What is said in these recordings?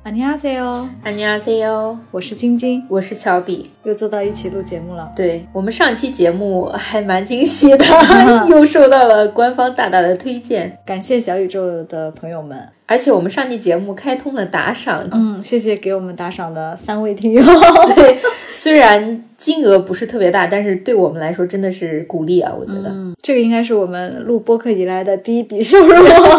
안녕하세요， 안녕하세요， 我是晶晶， 我是乔比， 又坐到一起录节目了。 对，我们上期节目还蛮惊喜的又受到了官方大大的推荐， 感谢小宇宙的朋友们。 而且我们上期节目开通了打赏， 谢谢给我们打赏的3位听友。 对，虽然金额不是特别大，但是对我们来说真的是鼓励啊，我觉得。 这个应该是我们录播客以来的第一笔收入。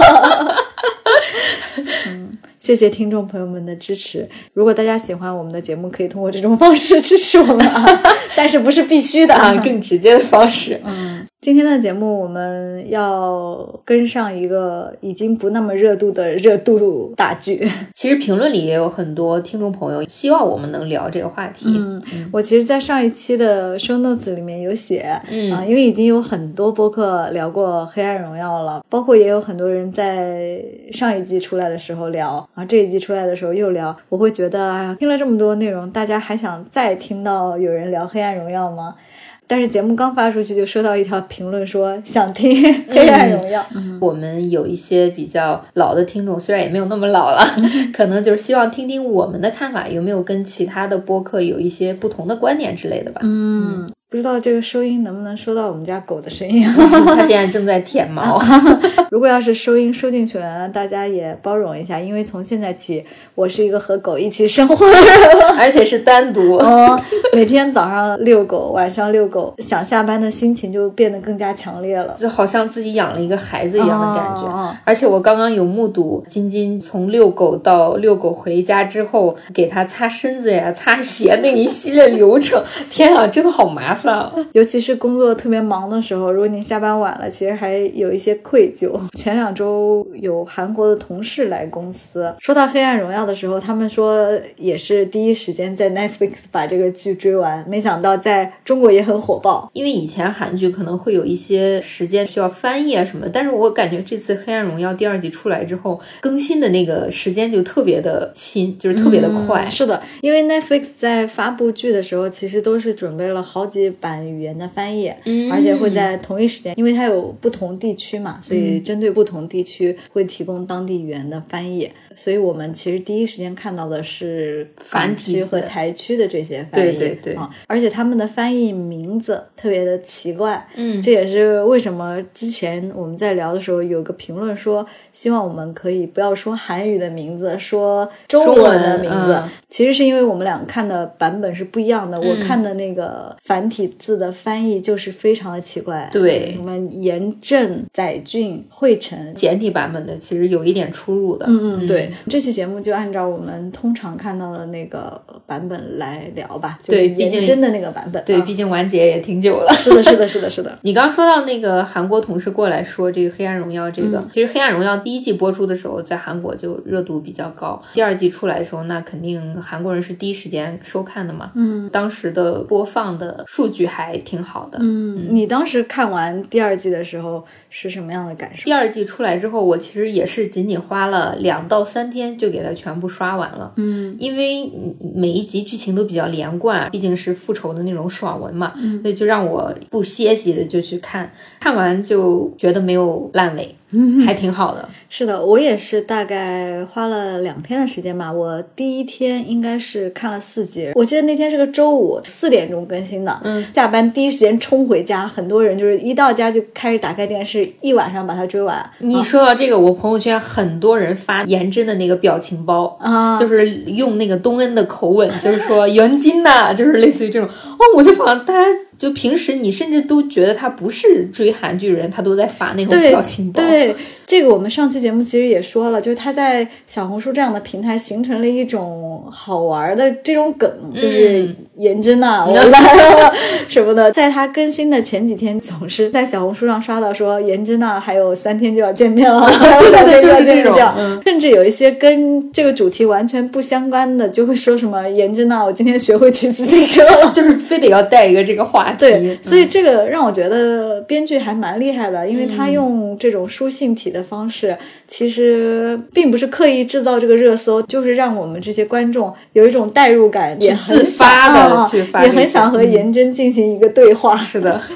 谢谢听众朋友们的支持，如果大家喜欢我们的节目，可以通过这种方式支持我们啊，但是不是必须的啊， 更直接的方式。 今天的节目我们要跟上一个已经不那么热度的热度大剧。 其实评论里也有很多听众朋友希望我们能聊这个话题。 我其实在上一期的 show notes 里面有写，因为已经有很多播客聊过黑暗荣耀了，包括也有很多人在上一季出来的时候聊，这一季出来的时候又聊，我会觉得听了这么多内容，大家还想再听到有人聊黑暗荣耀吗？但是节目刚发出去就收到一条评论说想听黑暗荣耀。 我们有一些比较老的听众，虽然也没有那么老了，可能就是希望听听我们的看法，有没有跟其他的播客有一些不同的观点之类的吧。 不知道这个收音能不能收到我们家狗的声音。 它现在正在舔毛。 如果要是收音收进去了，大家也包容一下，因为从现在起我是一个和狗一起生活的人， 而且是单独。 每天早上遛狗，晚上遛狗，想下班的心情就变得更加强烈了， 就好像自己养了一个孩子一样的感觉。而且我刚刚有目睹晶晶从遛狗到遛狗回家之后，给它擦身子呀、擦鞋那一系列流程，天啊，真的好麻烦。 尤其是工作特别忙的时候，如果你下班晚了，其实还有一些愧疚。前2周有韩国的同事来公司，说到黑暗荣耀的时候，他们说也是第一时间在 Netflix 把这个剧追完，没想到在中国也很火爆。 因为以前韩剧可能会有一些时间需要翻译啊什么，但是我感觉这次黑暗荣耀第2季出来之后，更新的那个时间就特别的新，就是特别的快。 是的，因为 Netflix 在发布剧的时候其实都是准备了好几版语言的翻译，而且会在同一时间，因为它有不同地区嘛，所以针对不同地区会提供当地语言的翻译，所以我们其实第一时间看到的是港区和台区的这些翻译。对，而且他们的翻译名字特别的奇怪，这也是为什么之前我们在聊的时候有个评论说希望我们可以不要说韩语的名字，说中文的名字。其实是因为我们俩看的版本是不一样的，我看的那个繁体字的翻译就是非常的奇怪。 对， 什么严正、载俊、惠成， 简体版本的其实有一点出入的。 对，这期节目就按照我们通常看到的那个版本来聊吧。 对， 严正的那个版本。 对，毕竟完结也挺久了。 是的。 你刚说到那个韩国同事过来说这个黑暗荣耀这个，其实黑暗荣耀第1季播出的时候在韩国就热度比较高，第2季出来的时候那肯定韩国人是第一时间收看的嘛。当时的播放的数据还挺好的。 你当时看完第2季的时候是什么样的感受？ 第2季出来之后，我其实也是仅仅花了2到3天就给它全部刷完了。因为每一集剧情都比较连贯，毕竟是复仇的那种爽文嘛，所以就让我不歇息的就去看，看完就觉得没有烂尾，还挺好的。 是的，我也是大概花了2天的时间吧。我第1天应该是看了4集，我记得那天是个周五，4点钟更新的。下班第一时间冲回家，很多人就是一到家就开始打开电视，一晚上把它追完。 你说到这个，我朋友圈很多人发颜真的那个表情包就是用那个东恩的口吻，就是说元金呐，就是类似于这种。我就发现大家就平时你甚至都觉得他不是追韩剧人，他都在发那种表情包。 对，这个我们上期节目其实也说了，就是他在小红书这样的平台形成了一种好玩的这种梗，就是颜真呐，我来了什么的。在他更新的前几天，总是在小红书上刷到说颜真呐还有3天就要见面了，对，就是这种。甚至有一些跟这个主题完全不相关的，就会说什么颜真呐，我今天学会骑自行车了， 就是非得要带一个这个话题。 对，所以这个让我觉得编剧还蛮厉害的，因为他用这种书信体的方式，其实并不是刻意制造这个热搜，就是让我们这些观众有一种代入感，也很自发的去发， 也很想和颜真进行一个对话。 是的，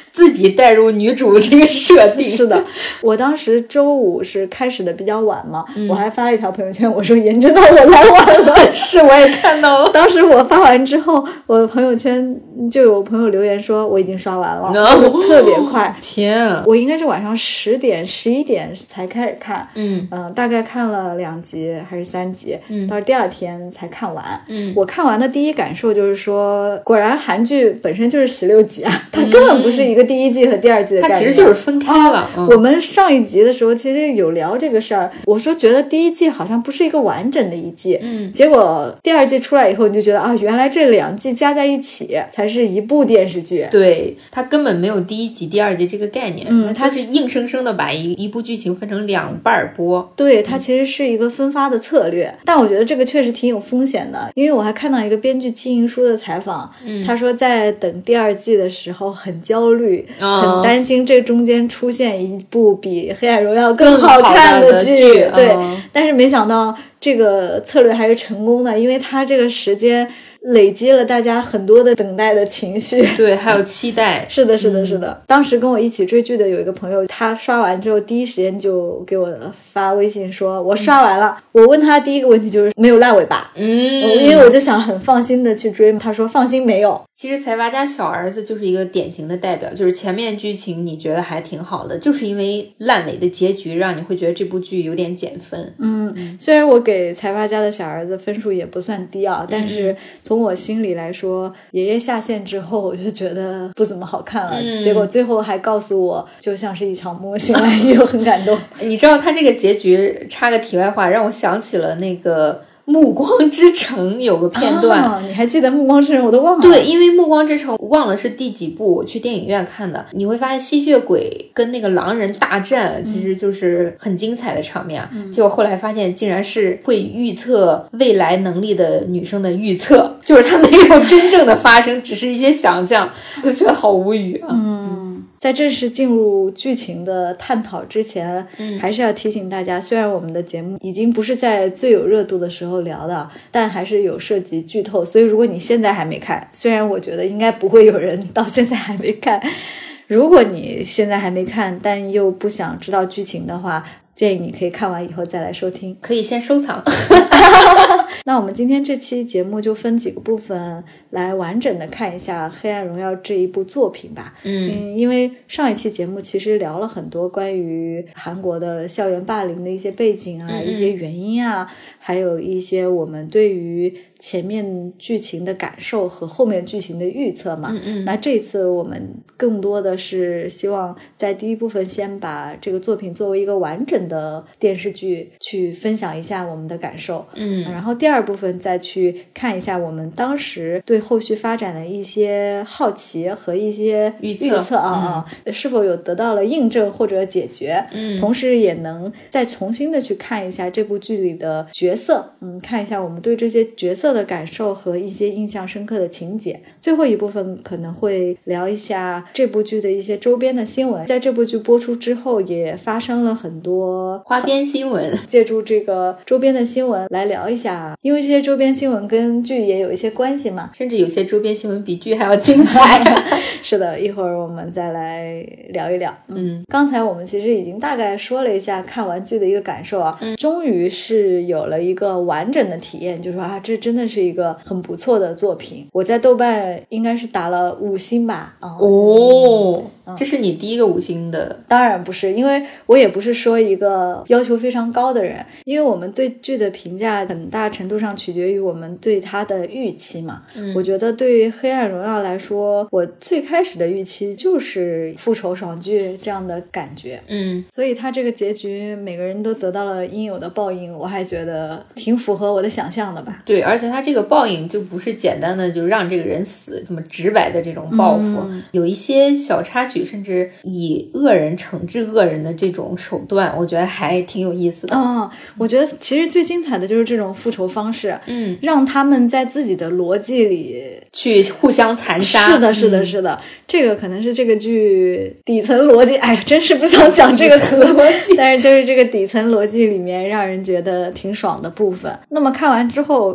自己带入女主这个设定。 是的，我当时周五是开始的比较晚嘛，我还发了一条朋友圈，我说严真到我来晚了。 是，我也看到了。 当时我发完之后，我的朋友圈就有朋友留言说我已经刷完了，特别快。 天啊！ 我应该是晚上10点11点才开始看，大概看了2集还是3集，到第二天才看完。我看完的第一感受就是说，果然韩剧本身就是16集啊，它根本不是一个第一季和第二季的概念， 它其实就是分开了。 我们上一集的时候其实有聊这个事儿，我说觉得第一季好像不是一个完整的一季，结果第二季出来以后，你就觉得啊，原来这2季加在一起才是一部电视剧。 对，它根本没有第一集、第二集这个概念，它是硬生生的把一部剧情分成2半播。 对，它其实是一个分发的策略，但我觉得这个确实挺有风险的，因为我还看到一个编剧金银书的采访，他说在等第二季的时候很焦虑，很担心这中间出现一部比《黑暗荣耀》更好看的剧。对，但是没想到这个策略还是成功的，因为他这个时间累积了大家很多的等待的情绪， 对，还有期待。 是的，是的，是的。当时跟我一起追剧的有一个朋友，他刷完之后第一时间就给我发微信说我刷完了。我问他第一个问题就是没有烂尾吧？因为我就想很放心的去追，他说放心没有。 其实财阀家小儿子就是一个典型的代表，就是前面剧情你觉得还挺好的，就是因为烂尾的结局让你会觉得这部剧有点减分。 虽然我给财阀家的小儿子分数也不算低啊，但是从我心里来说，爷爷下线之后我就觉得不怎么好看了，结果最后还告诉我就像是一场梦，醒来以后很感动。 你知道他这个结局，插个题外话，让我想起了那个暮光之城有个片段， 你还记得暮光之城？我都忘了。 对，因为暮光之城忘了是第几部，我去电影院看的，你会发现吸血鬼跟那个狼人大战其实就是很精彩的场面，结果后来发现竟然是会预测未来能力的女生的预测，就是它没有真正的发生，只是一些想象，就觉得好无语啊。 在正式进入剧情的探讨之前，还是要提醒大家，虽然我们的节目已经不是在最有热度的时候聊的，但还是有涉及剧透，所以如果你现在还没看，虽然我觉得应该不会有人到现在还没看，如果你现在还没看但又不想知道剧情的话，建议你可以看完以后再来收听， 可以先收藏。 那我们今天这期节目就分几个部分来完整的看一下《黑暗荣耀》这一部作品吧。因为上一期节目其实聊了很多关于韩国的校园霸凌的一些背景啊，一些原因啊，还有一些我们对于前面剧情的感受和后面剧情的预测嘛。那这次我们更多的是希望在第一部分先把这个作品作为一个完整的电视剧去分享一下我们的感受，然后第二部分再去看一下我们当时对后续发展的一些好奇和一些预测是否有得到了印证或者解决，同时也能再重新的去看一下这部剧里的角色，看一下我们对这些角色的感受和一些印象深刻的情节。最后一部分可能会聊一下这部剧的一些周边的新闻，在这部剧播出之后也发生了很多花边新闻， 借助这个周边的新闻来聊一下，因为这些周边新闻跟剧也有一些关系嘛， 甚至有些周边新闻比剧还要精彩。 是的，一会儿我们再来聊一聊。刚才我们其实已经大概说了一下看完剧的一个感受啊，终于是有了一个完整的体验，就说啊，这真的是一个很不错的作品。我在豆瓣应该是打了5星吧。 这是你第一个5星的？ 当然不是，因为我也不是说一个要求非常高的人，因为我们对剧的评价很大程度上取决于我们对它的预期嘛。我觉得对于黑暗荣耀来说，我最开始的预期就是复仇爽剧这样的感觉，所以它这个结局每个人都得到了应有的报应，我还觉得挺符合我的想象的吧。 对，而且它这个报应就不是简单的就让这个人死这么直白的这种报复，有一些小插曲，甚至以恶人惩治恶人的这种手段，我觉得还挺有意思的。 我觉得其实最精彩的就是这种复仇方式，让他们在自己的逻辑里去互相残杀。 是的，是的，是的，这个可能是这个剧底层逻辑，哎呀，真是不想讲这个词但是就是这个底层逻辑里面让人觉得挺爽的部分。那么看完之后，你觉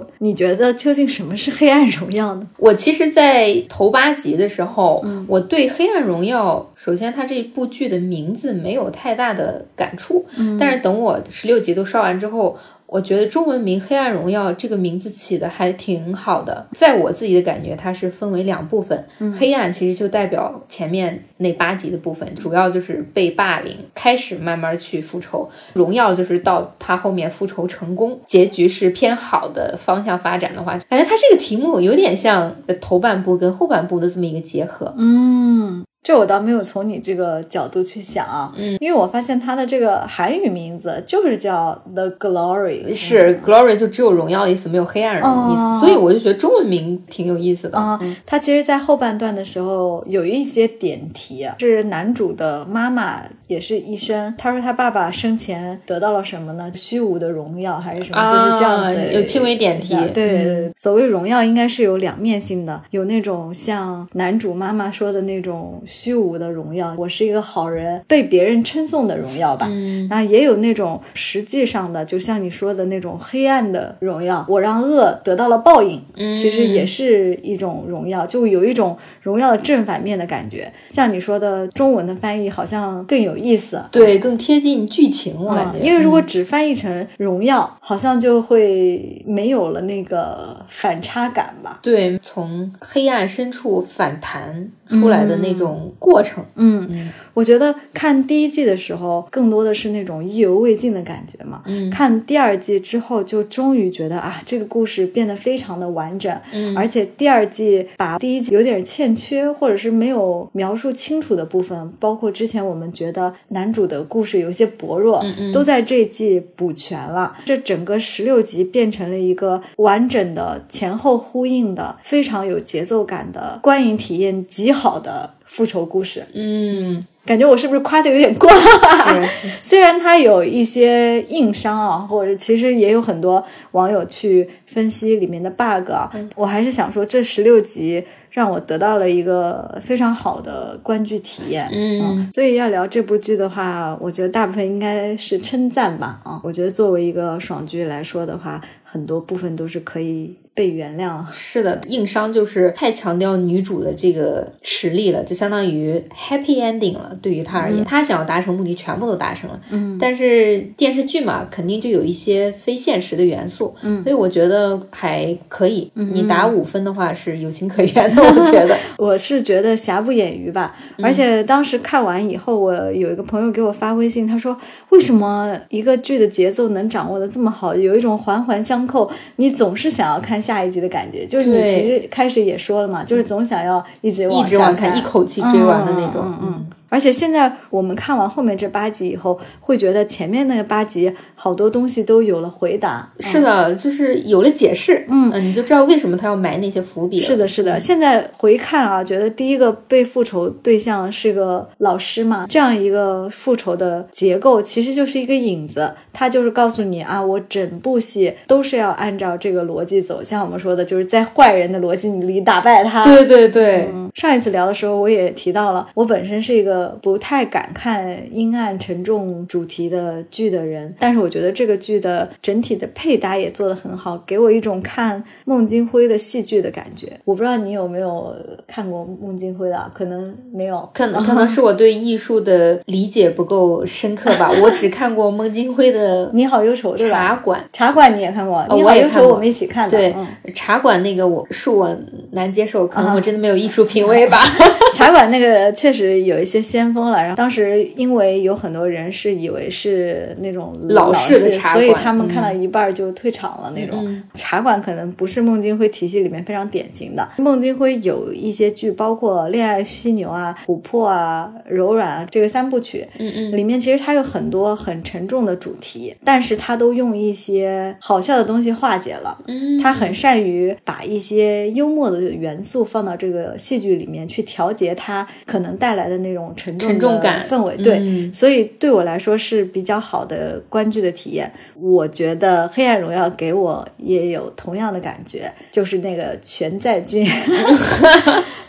觉得究竟什么是黑暗荣耀呢？ 我其实在头8集的时候，我对黑暗荣耀首先它这部剧的名字没有太大的感触，但是等我16集都刷完之后，我觉得中文名黑暗荣耀这个名字起的还挺好的。在我自己的感觉，它是分为2部分，黑暗其实就代表前面那8集的部分，主要就是被霸凌，开始慢慢去复仇，荣耀就是到他后面复仇成功，结局是偏好的方向发展的话，感觉它这个题目有点像头半部跟后半部的这么一个结合。 这我倒没有从你这个角度去想啊，因为我发现它的这个韩语名字就是叫 The Glory， 是 Glory 就只有荣耀意思，没有黑暗的意思，所以我就觉得中文名挺有意思的。 它其实在后半段的时候有一些点题，是男主的妈妈也是医生，他说他爸爸生前得到了什么呢？虚无的荣耀还是什么，就是这样子的， 有轻微点题。 对，所谓荣耀应该是有2面性的，有那种像男主妈妈说的那种虚无的荣耀，我是一个好人，被别人称颂的荣耀吧。然后也有那种实际上的，就像你说的那种黑暗的荣耀，我让恶得到了报应，其实也是一种荣耀，就有一种荣耀的正反面的感觉。像你说的中文的翻译好像更有意思， 对，更贴近剧情，我感觉。 因为如果只翻译成荣耀，好像就会没有了那个反差感吧。 对，从黑暗深处反弹出来的那种过程。 我觉得看第1季的时候更多的是那种意犹未尽的感觉嘛，看第2季之后就终于觉得啊，这个故事变得非常的完整，而且第2季把第1季有点欠缺或者是没有描述清楚的部分，包括之前我们觉得男主的故事有些薄弱，都在这一季补全了，这整个16集变成了一个完整的前后呼应的非常有节奏感的观影体验极好的复仇故事。感觉我是不是夸的有点过？虽然它有一些硬伤啊，或者其实也有很多网友去分析里面的 bug 啊，我还是想说这16集让我得到了一个非常好的观剧体验。所以要聊这部剧的话，我觉得大部分应该是称赞吧。我觉得作为一个爽剧来说的话，很多部分都是可以被原谅。 是的，硬伤就是太强调女主的这个实力了，就相当于 happy ending 了。对于她而言，她想要达成目的全部都达成了。但是电视剧嘛，肯定就有一些非现实的元素。所以我觉得还可以。你打5分的话是有情可原的，我觉得。 我是觉得瑕不掩瑜吧。而且当时看完以后，我有一个朋友给我发微信，他说为什么一个剧的节奏能掌握的这么好，有一种环环相扣，你总是想要看下一集的感觉。就是你其实开始也说了嘛，就是总想要一直往看，一口气追完的那种。 而且现在我们看完后面这8集以后，会觉得前面那个8集好多东西都有了回答。 是的，就是有了解释。你就知道为什么他要埋那些伏笔了。 是的，是的。现在回看啊，觉得第一个被复仇对象是个老师嘛，这样一个复仇的结构其实就是一个引子，它就是告诉你啊，我整部戏都是要按照这个逻辑走，像我们说的，就是在坏人的逻辑里打败他。 对对对。 上一次聊的时候我也提到了，我本身是一个不太敢看阴暗沉重主题的剧的人，但是我觉得这个剧的整体的配搭也做得很好，给我一种看孟京辉的戏剧的感觉。我不知道你有没有看过孟京辉的，可能没有， 可能是我对艺术的理解不够深刻吧。我只看过孟京辉的你好忧愁，对吧？茶馆你也看过，你好忧愁我们一起看的。 对，茶馆那个我难接受，可能我真的没有艺术品味吧。 茶馆那个确实有一些先锋了，然后当时因为有很多人是以为是那种老式的茶馆， 所以他们看到一半就退场了那种。茶馆可能不是孟京辉体系里面非常典型的。孟京辉有一些剧，包括《恋爱犀牛》啊、琥珀啊、柔软啊这个3部曲，里面其实它有很多很沉重的主题，但是它都用一些好笑的东西化解了。他很善于把一些幽默的元素放到这个戏剧里面去调节它可能带来的那种沉重感氛围。对，所以对我来说是比较好的观剧的体验。我觉得《黑暗荣耀》给我也有同样的感觉，就是那个全在君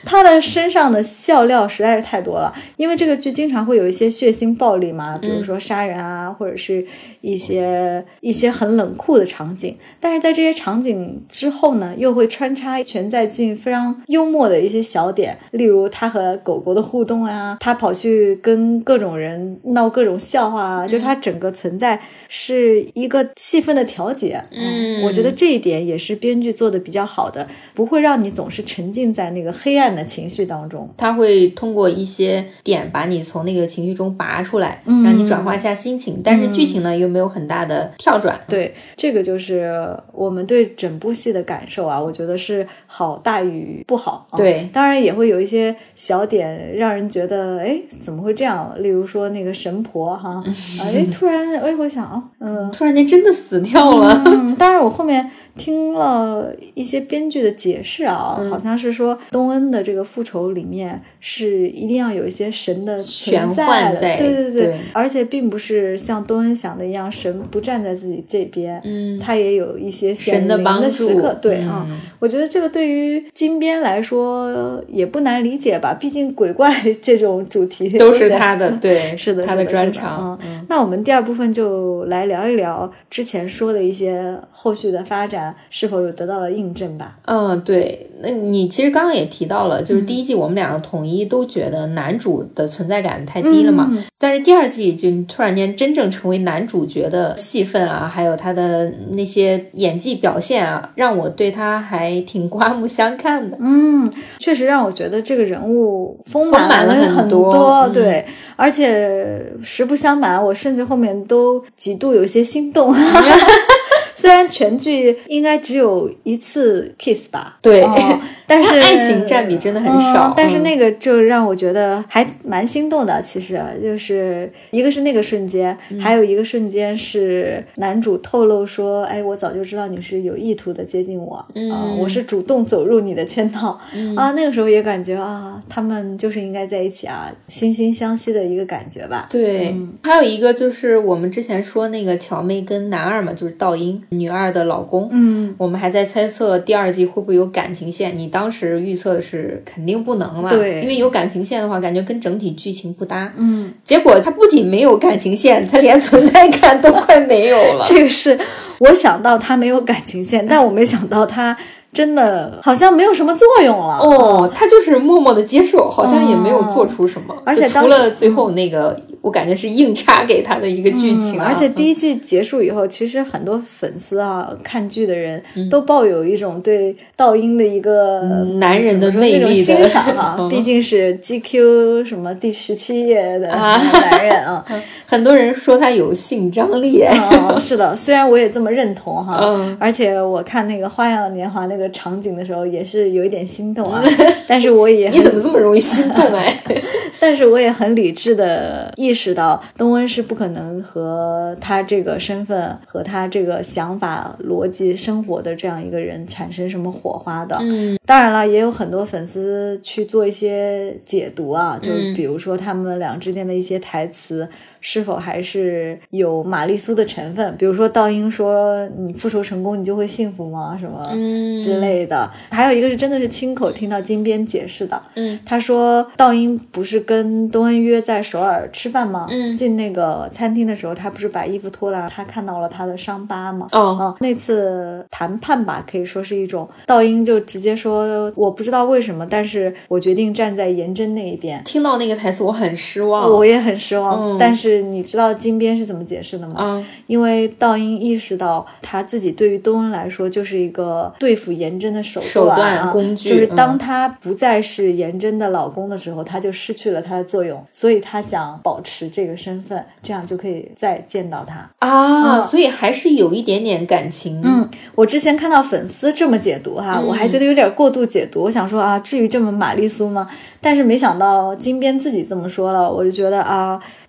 他的身上的笑料实在是太多了，因为这个剧经常会有一些血腥暴力嘛，比如说杀人啊，或者是一些很冷酷的场景，但是在这些场景之后呢，又会穿插全在俊非常幽默的一些小点，例如他和狗狗的互动啊，他跑去跟各种人闹各种笑话啊，就他整个存在是一个气氛的调节。我觉得这一点也是编剧做的比较好的，不会让你总是沉浸在那个黑暗的情绪当中， 他会通过一些点把你从那个情绪中拔出来，让你转化一下心情，但是剧情呢又没有很大的跳转。 对，这个就是我们对整部戏的感受啊，我觉得是好大于不好。 对， 当然也会有一些小点让人觉得怎么会这样，例如说那个神婆哈，突然我想突然间真的死掉了。 当然我后面听了一些编剧的解释啊，好像是说东恩的这个复仇里面是一定要有一些神的存在的，对，而且并不是像东恩想的一样，神不站在自己这边，他也有一些神的帮助， 对我觉得这个对于金边来说也不难理解吧，毕竟鬼怪这种主题都是他的，对， 是的， 他的专长。 那我们第二部分就来聊一聊之前说的一些后续的发展是否有得到了印证吧。 对，那你其实刚刚也提到了，就是第一季我们两个统一都觉得男主的存在感太低了嘛，但是第二季就突然间真正成为男主角的戏份啊，还有他的那些演技表现啊，让我对他还挺刮目相看的。 确实让我觉得这个人物丰了满很多，对，而且实不相瞒，我甚至后面都几度有些心动。虽然全剧应该只有一次 kiss 吧， 对， 但是爱情占比真的很少， 但是那个就让我觉得还蛮心动的。其实就是一个是那个瞬间，还有一个瞬间是男主透露说，我早就知道你是有意图的接近我，我是主动走入你的圈套，那个时候也感觉他们就是应该在一起啊，惺惺相惜的一个感觉吧。 对，还有一个就是我们之前说那个乔妹跟男二嘛，就是道英女二的老公，我们还在猜测第二季会不会有感情线，你当时预测的是肯定不能嘛， 对， 因为有感情线的话感觉跟整体剧情不搭，结果他不仅没有感情线，他连存在感都快没有了。 这个是我想到他没有感情线，但我没想到他真的好像没有什么作用了。 他就是默默的接受，好像也没有做出什么， 而且除了最后那个我感觉是硬插给他的一个剧情而且第一季结束以后，其实很多粉丝看剧的人都抱有一种对道英的一个男人的魅力的欣赏毕竟是 GQ 什么第17页的男人很多人说他有性张力是的，虽然我也这么认同而且我看那个花样年华那个场景的时候也是有一点心动但是我也你怎么这么容易心动但是我也很理智的意识到东恩是不可能和他这个身份和他这个想法逻辑生活的这样一个人产生什么火花的。当然了，也有很多粉丝去做一些解读就比如说他们俩之间的一些台词是否还是有玛丽苏的成分，比如说道英说你复仇成功你就会幸福吗什么之类的。还有一个是真的是亲口听到金边解释的他说道英不是跟东恩约在首尔吃饭吗进那个餐厅的时候他不是把衣服脱了，他看到了他的伤疤吗那次谈判吧，可以说是一种道英就直接说我不知道为什么，但是我决定站在颜真那一边。 听到那个台词我很失望， 我也很失望但是你知道金边是怎么解释的吗因为道英意识到他自己对于东恩来说就是一个对付颜真的手段工具， 就是当他不再是颜真的老公的时候他就失去了他的作用，所以他想保持这个身份，这样就可以再见到他所以还是有一点点感情我之前看到粉丝这么解读我还觉得有点过度解读，我想说至于这么玛丽苏吗？但是没想到金边自己这么说了，我就觉得倒也符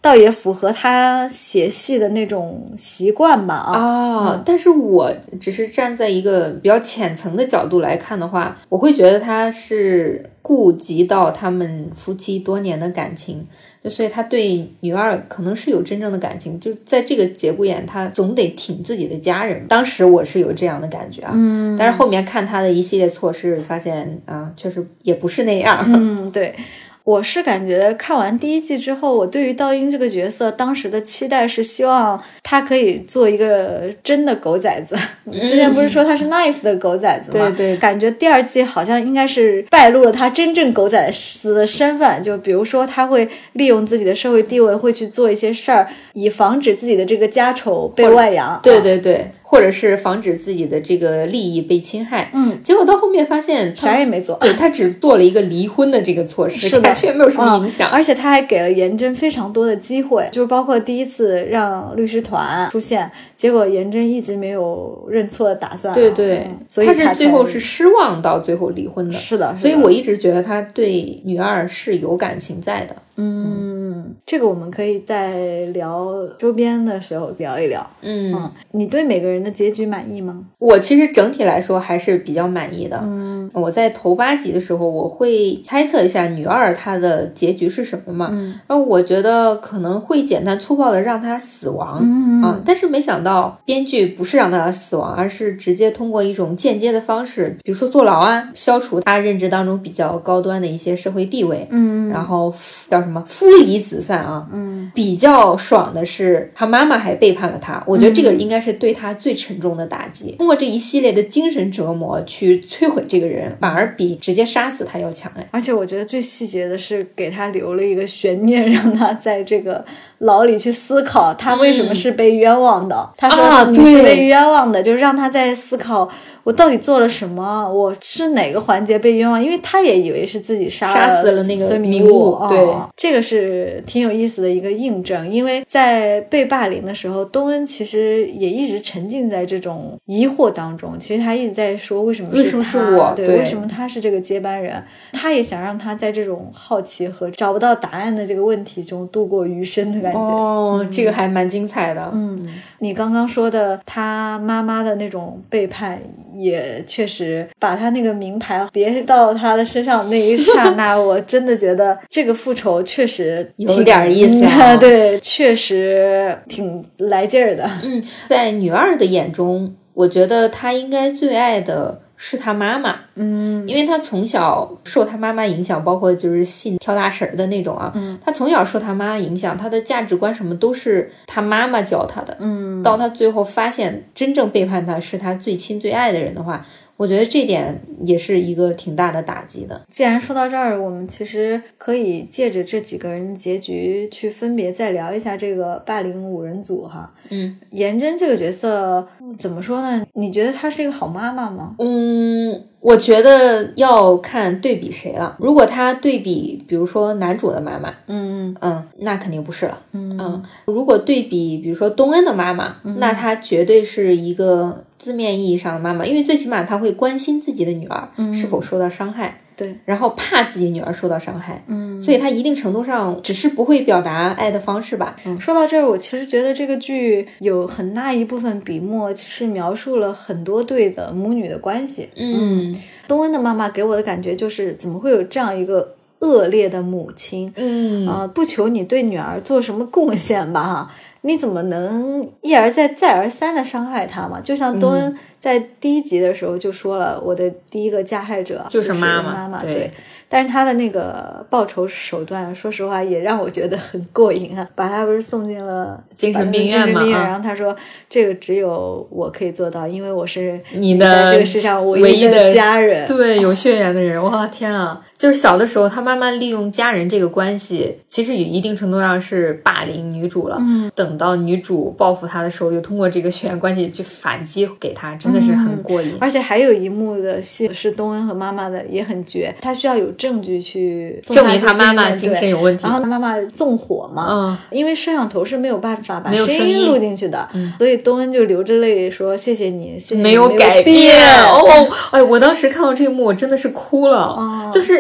符合他写戏的那种习惯吧但是我只是站在一个比较浅层的角度来看的话，我会觉得他是顾及到他们夫妻多年的感情，所以他对女二可能是有真正的感情，就在这个节骨眼他总得挺自己的家人。当时我是有这样的感觉但是后面看他的一系列措施发现确实也不是那样。 对，我是感觉看完第1季之后，我对于道英这个角色当时的期待是希望他可以做一个真的狗崽子。之前不是说他是 nice 的狗崽子吗？ 对， 感觉第2季好像应该是败露了他真正狗崽子的身份，就比如说他会利用自己的社会地位，会去做一些事儿，以防止自己的这个家丑被外扬。 对，或者是防止自己的这个利益被侵害。结果到后面发现啥也没做。 对，他只做了一个离婚的这个措施， 是的， 却没有什么影响。 而且他还给了颜真非常多的机会，就是包括第1次让律师团出现，结果颜真一直没有认错的打算。 对， 所以他是最后是失望到最后离婚的。 是的， 所以我一直觉得他对女二是有感情在的。 这个我们可以在聊周边的时候聊一聊。你对每个人的结局满意吗？ 我其实整体来说还是比较满意的。我在头8集的时候，我会猜测一下女二她的结局是什么嘛。然后我觉得可能会简单粗暴的让她死亡但是没想到编剧不是让她死亡，而是直接通过一种间接的方式，比如说坐牢消除她认知当中比较高端的一些社会地位。然后叫什么夫离子散比较爽的是她妈妈还背叛了她，我觉得这个应该是对她最沉重的打击。通过这一系列的精神折磨去摧毁这个人，反而比直接杀死他要强。 而且我觉得最细节的是给他留了一个悬念，让他在这个牢里去思考他为什么是被冤枉的。他说你是被冤枉的，就是让他在思考我到底做了什么，我是哪个环节被冤枉，因为他也以为是自己杀死了那个孙明悟。对， 这个是挺有意思的一个印证。因为在被霸凌的时候，东恩其实也一直沉浸在这种疑惑当中，其实他一直在说为什么是我， 对，为什么他是这个接班人，他也想让他在这种好奇和找不到答案的这个问题中度过余生的感觉。 这个还蛮精彩的。 你刚刚说的他妈妈的那种背叛，也确实把他那个名牌别到他的身上那一刹那我真的觉得这个复仇确实有点意思对，确实挺来劲儿的。 在女二的眼中，我觉得她应该最爱的是他妈妈。因为他从小受他妈妈影响，包括就是信跳大神的那种他从小受他妈影响，他的价值观什么都是他妈妈教他的。到他最后发现真正背叛他是他最亲最爱的人的话，我觉得这点也是一个挺大的打击的。 既然说到这儿，我们其实可以借着这几个人的结局去分别再聊一下这个霸凌5人组哈。颜真这个角色怎么说呢？你觉得她是一个好妈妈吗？ 我觉得要看对比谁了。如果他对比比如说男主的妈妈那肯定不是了。如果对比比如说东恩的妈妈那她绝对是一个字面意义上的妈妈，因为最起码她会关心自己的女儿是否受到伤害。 对， 然后怕自己女儿受到伤害。所以她一定程度上只是不会表达爱的方式吧。 说到这儿，我其实觉得这个剧有很大一部分笔墨是描述了很多对的母女的关系。东恩的妈妈给我的感觉就是怎么会有这样一个恶劣的母亲。不求你对女儿做什么贡献吧你怎么能一而再再而三的伤害她嘛？就像东恩在第1集的时候就说了，我的第一个加害者就是妈妈。对，但是他的那个报仇手段说实话也让我觉得很过瘾把他不是送进了精神病院嘛然后他说这个只有我可以做到，因为我是你的在这个世上唯一的家人。 对，有血缘的人。哇天啊，就是小的时候他慢慢利用家人这个关系，其实也一定程度上是霸凌女主了。等到女主报复他的时候，又通过这个血缘关系去反击给他，真的是很过瘾。 而且还有一幕的戏是东恩和妈妈的也很绝，他需要有证据去证明他妈妈精神有问题， 然后他妈妈纵火嘛。因为摄像头是没有办法把声音录进去的。所以东恩就流着泪说谢谢你，谢谢你没有改变。我当时看到这一幕我真的是哭了。就是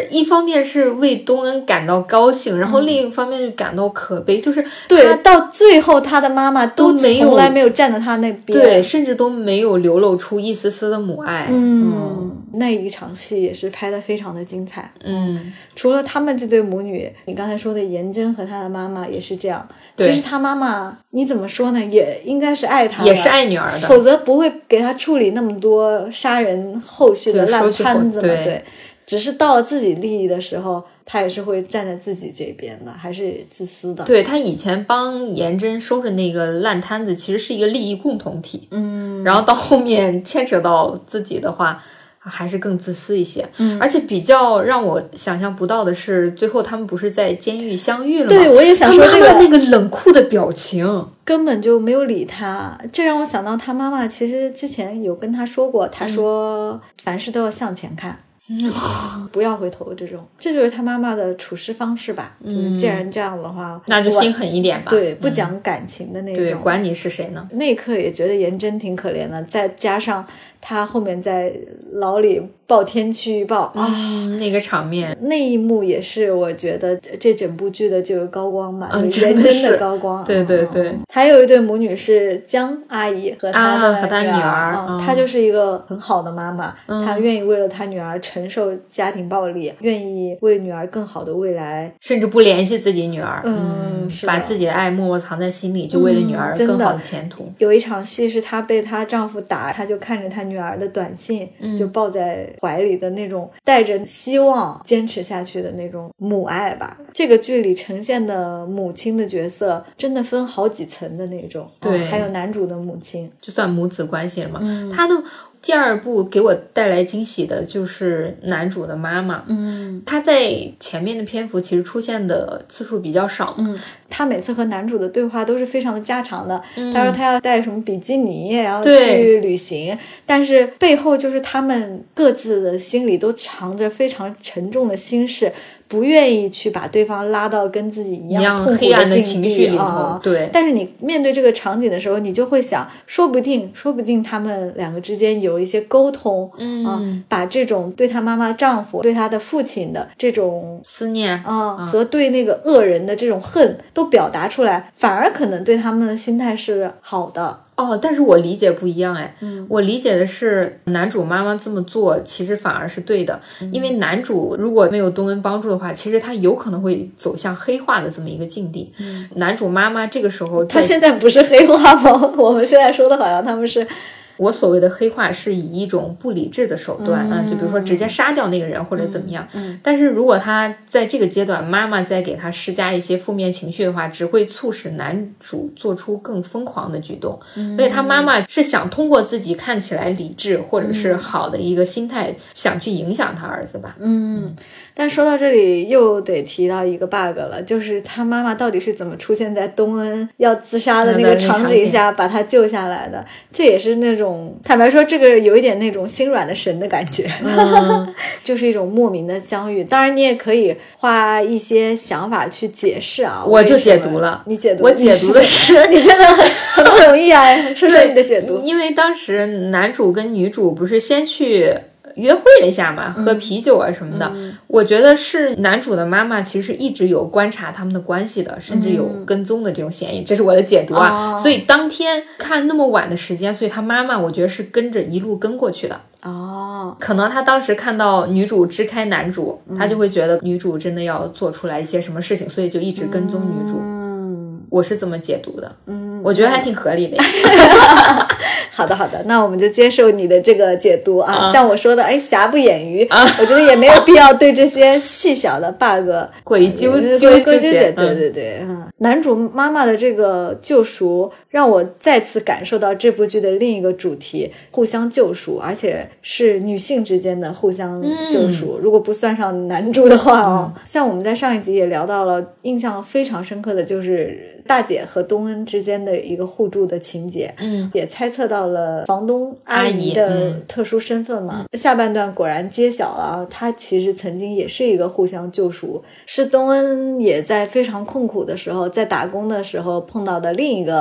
一方面是为东恩感到高兴，然后另一方面就感到可悲，就是对，到最后他的妈妈都从来没有站在他那边， 对，甚至都没有流露出一丝丝的母爱。 那一场戏也是拍得非常的精彩。除了他们这对母女，你刚才说的颜真和他的妈妈也是这样。其实他妈妈你怎么说呢，也应该是爱他的， 也是爱女儿的， 否则不会给他处理那么多杀人后续的烂摊子嘛。对，只是到了自己利益的时候，他也是会站在自己这边的，还是自私的。 对，他以前帮颜真收拾那个烂摊子其实是一个利益共同体，然后到后面牵扯到自己的话还是更自私一些。而且比较让我想象不到的是，最后他们不是在监狱相遇了吗？ 对，我也想说这个， 他妈妈那个冷酷的表情根本就没有理他，这让我想到他妈妈其实之前有跟他说过，他说凡事都要向前看，不要回头，这就是他妈妈的处事方式吧。就是既然这样的话， 那就心狠一点吧。 对，不讲感情的那种。 对，管你是谁呢？ 那一刻也觉得颜真挺可怜的，再加上他后面在牢里报天气预报那个场面， 那一幕也是我觉得这整部剧的这个高光嘛，颜真的高光。 对对对。 还有一对母女是江阿姨和她的女儿， 她就是一个很好的妈妈，她愿意为了她女儿承受家庭暴力，愿意为女儿更好的未来， 甚至不联系自己女儿，把自己的爱默默藏在心里，就为了女儿更好的前途。 有一场戏是她被她丈夫打，她就看着她女儿的短信，就抱在怀里的那种带着希望坚持下去的那种母爱吧。这个剧里呈现的母亲的角色真的分好几层的那种。对，还有男主的母亲， 就算母子关系了嘛。他的第二部给我带来惊喜的就是男主的妈妈。他在前面的篇幅其实出现的次数比较少。 他每次和男主的对话都是非常的家常的。他说他要带什么比基尼，然后去旅行，但是背后就是他们各自的心里都藏着非常沉重的心事，不愿意去把对方拉到跟自己一样痛苦黑暗的境情绪里头。对， 但是你面对这个场景的时候，你就会想，说不定他们两个之间有一些沟通。把这种对他妈妈丈夫对他的父亲的这种思念和对那个恶人的这种恨都表达出来，反而可能对他们的心态是好的。 但是我理解不一样。我理解的是男主妈妈这么做其实反而是对的。因为男主如果没有东恩帮助的话，其实他有可能会走向黑化的这么一个境地。男主妈妈这个时候他现在不是黑化吗？我们现在说的好像他们是， 我所谓的黑化是以一种不理智的手段就比如说直接杀掉那个人或者怎么样。但是如果他在这个阶段妈妈再给他施加一些负面情绪的话，只会促使男主做出更疯狂的举动。所以他妈妈是想通过自己看起来理智或者是好的一个心态想去影响他儿子吧。 但说到这里又得提到一个 bug 了，就是他妈妈到底是怎么出现在东恩要自杀的那个场景下把他救下来的。这也是那种坦白说这个有一点那种心软的神的感觉。就是一种莫名的相遇。当然你也可以花一些想法去解释啊。 我就解读了。 你解读？ 我解读的是你真的很不容易啊。说说你的解读。 因为当时男主跟女主不是先去约会了一下嘛，喝啤酒啊什么的。我觉得是男主的妈妈其实一直有观察他们的关系的，甚至有跟踪的这种嫌疑。这是我的解读啊。所以当天看那么晚的时间，所以他妈妈我觉得是跟着一路跟过去的。可能他当时看到女主支开男主，他就会觉得女主真的要做出来一些什么事情，所以就一直跟踪女主。我是这么解读的。我觉得还挺合理的呀。 好的，那我们就接受你的这个解读啊。像我说的，瑕不掩瑜。我觉得也没有必要对这些细小的 bug 过于纠结。对。男主妈妈的这个救赎让我再次感受到这部剧的另一个主题，互相救赎，而且是女性之间的互相救赎。如果不算上男主的话像我们在上一集也聊到了，印象非常深刻的就是大姐和东恩之间的一个互助的情节。也猜测到了房东阿姨的特殊身份嘛。下半段果然揭晓了，她其实曾经也是一个互相救赎，是东恩也在非常困苦的时候，在打工的时候碰到的另一个阿姨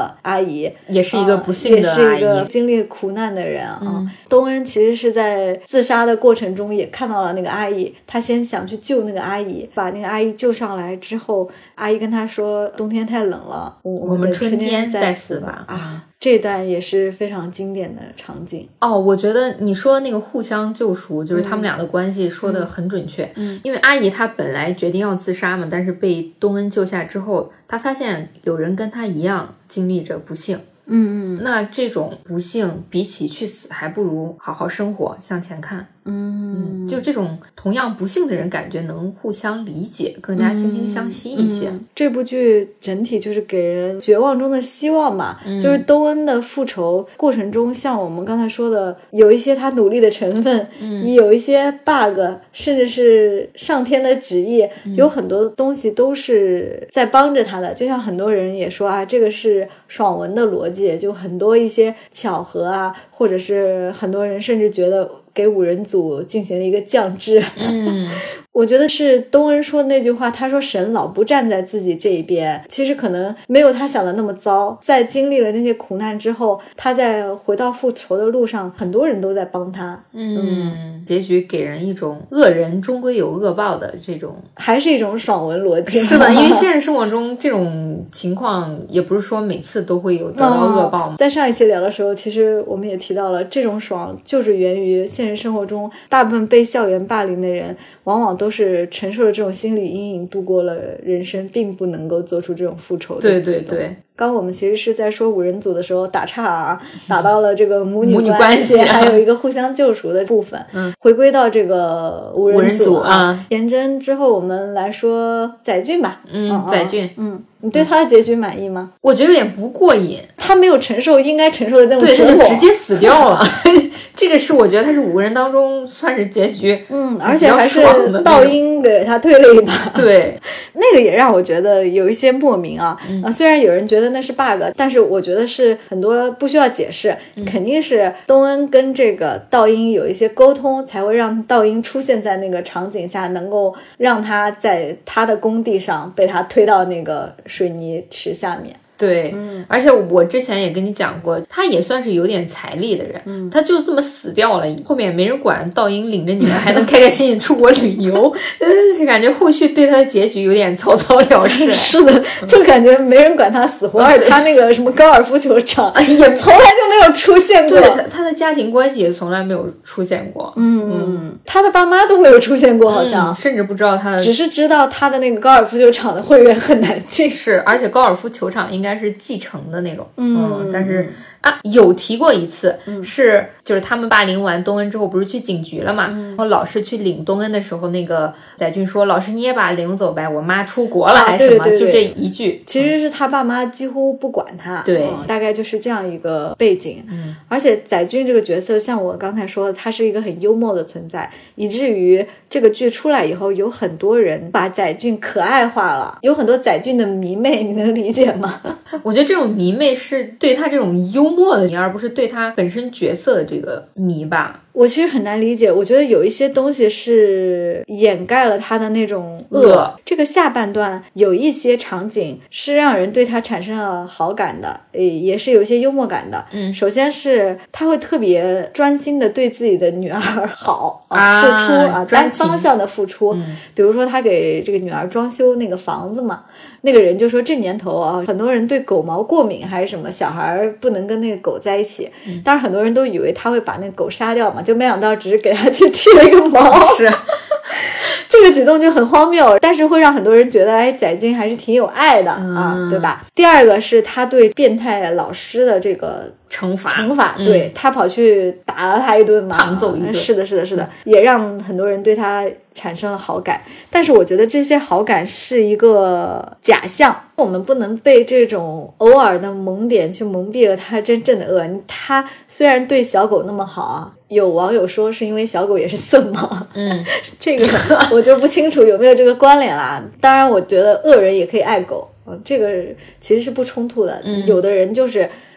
姨， 也是一个不幸的阿姨， 也是一个经历苦难的人啊。东恩其实是在自杀的过程中也看到了那个阿姨，他先想去救那个阿姨，把那个阿姨救上来之后，阿姨跟他说冬天太冷了，我们春天再死吧啊。这段也是非常经典的场景哦。我觉得你说那个互相救赎，就是他们俩的关系说得很准确。因为阿姨她本来决定要自杀嘛，但是被东恩救下之后，她发现有人跟她一样经历着不幸。那这种不幸比起去死，还不如好好生活，向前看。就这种同样不幸的人，感觉能互相理解，更加惺惺相惜一些。 这部剧整体就是给人绝望中的希望吧。就是东恩的复仇过程中，像我们刚才说的，有一些他努力的成分，有一些 bug， 甚至是上天的旨意，有很多东西都是在帮着他的。就像很多人也说啊，这个是爽文的逻辑，就很多一些巧合啊，或者是很多人甚至觉得给五人组进行了一个降智。我觉得是东恩说的那句话，他说神老不站在自己这一边，其实可能没有他想的那么糟。在经历了那些苦难之后，他在回到复仇的路上，很多人都在帮他。 结局给人一种恶人终归有恶报的这种， 还是一种爽文逻辑。 是的，因为现实生活中这种情况也不是说每次都会有得到恶报嘛。 在上一期聊的时候，其实我们也提到了，这种爽就是源于现实生活中大部分被校园霸凌的人往往都是承受了这种心理阴影度过了人生，并不能够做出这种复仇的举动。 对。 刚我们其实是在说五人组的时候打岔啊，打到了这个母女关系， 还有一个互相救赎的部分。回归到这个五人组啊，颜真之后，我们来说载俊吧。 载俊， 你对他的结局满意吗？ 我觉得有点不过瘾， 他没有承受应该承受的那种折磨， 对，他就直接死掉了。这个是我觉得他是5个人当中算是结局， 而且还是道英给他推了一把。 对， 那个也让我觉得有一些莫名啊。虽然有人觉得那是 bug， 但是我觉得是很多不需要解释，肯定是东恩跟这个道英有一些沟通，才会让道英出现在那个场景下，能够让他在他的工地上被他推到那个水泥池下面。 对，而且我之前也跟你讲过，他也算是有点财力的人，他就这么死掉了，后面没人管，道英领着女儿还能开开心心出国旅游，感觉后续对他的结局有点草草了事。 是的，就感觉没人管他死活，而且他那个什么高尔夫球场也从来就没有出现过。 对，他的家庭关系也从来没有出现过。 他的爸妈都没有出现过，好像甚至不知道他的， 只是知道他的那个高尔夫球场的会员很难进。 是，而且高尔夫球场应该是继承的那种。但是有提过一次，就是他们霸凌完东恩之后不是去警局了嘛，然后老师去领东恩的时候，那个载俊说，老师你也把领走呗，我妈出国了还是什么，就这一句， 其实是他爸妈几乎不管他。 对， 大概就是这样一个背景。而且载俊这个角色像我刚才说的，他是一个很幽默的存在，以至于这个剧出来以后，有很多人把载俊可爱化了，有很多载俊的迷妹，你能理解吗？ 我觉得这种迷妹是对他这种幽默的迷，而不是对他本身角色的这个迷吧。 我其实很难理解，我觉得有一些东西是掩盖了他的那种恶。这个下半段有一些场景是让人对他产生了好感的，也是有一些幽默感的。首先是他会特别专心的对自己的女儿好付出单方向的付出。比如说他给这个女儿装修那个房子嘛，那个人就说这年头啊，很多人对狗毛过敏还是什么，小孩不能跟那个狗在一起。当然很多人都以为他会把那个狗杀掉嘛，就没想到只是给他去剃了一个毛。 是这个举动就很荒谬，但是会让很多人觉得载俊还是挺有爱的对吧？第二个是他对变态老师的这个惩罚，对，他跑去打了他一顿嘛， 胖揍一顿。 是的，也让很多人对他产生了好感。但是我觉得这些好感是一个假象，我们不能被这种偶尔的萌点去蒙蔽了他真正的恶。他虽然对小狗那么好啊，有网友说是因为小狗也是色盲，这个我就不清楚有没有这个关联啦。当然我觉得恶人也可以爱狗，这个其实是不冲突的。有的人就是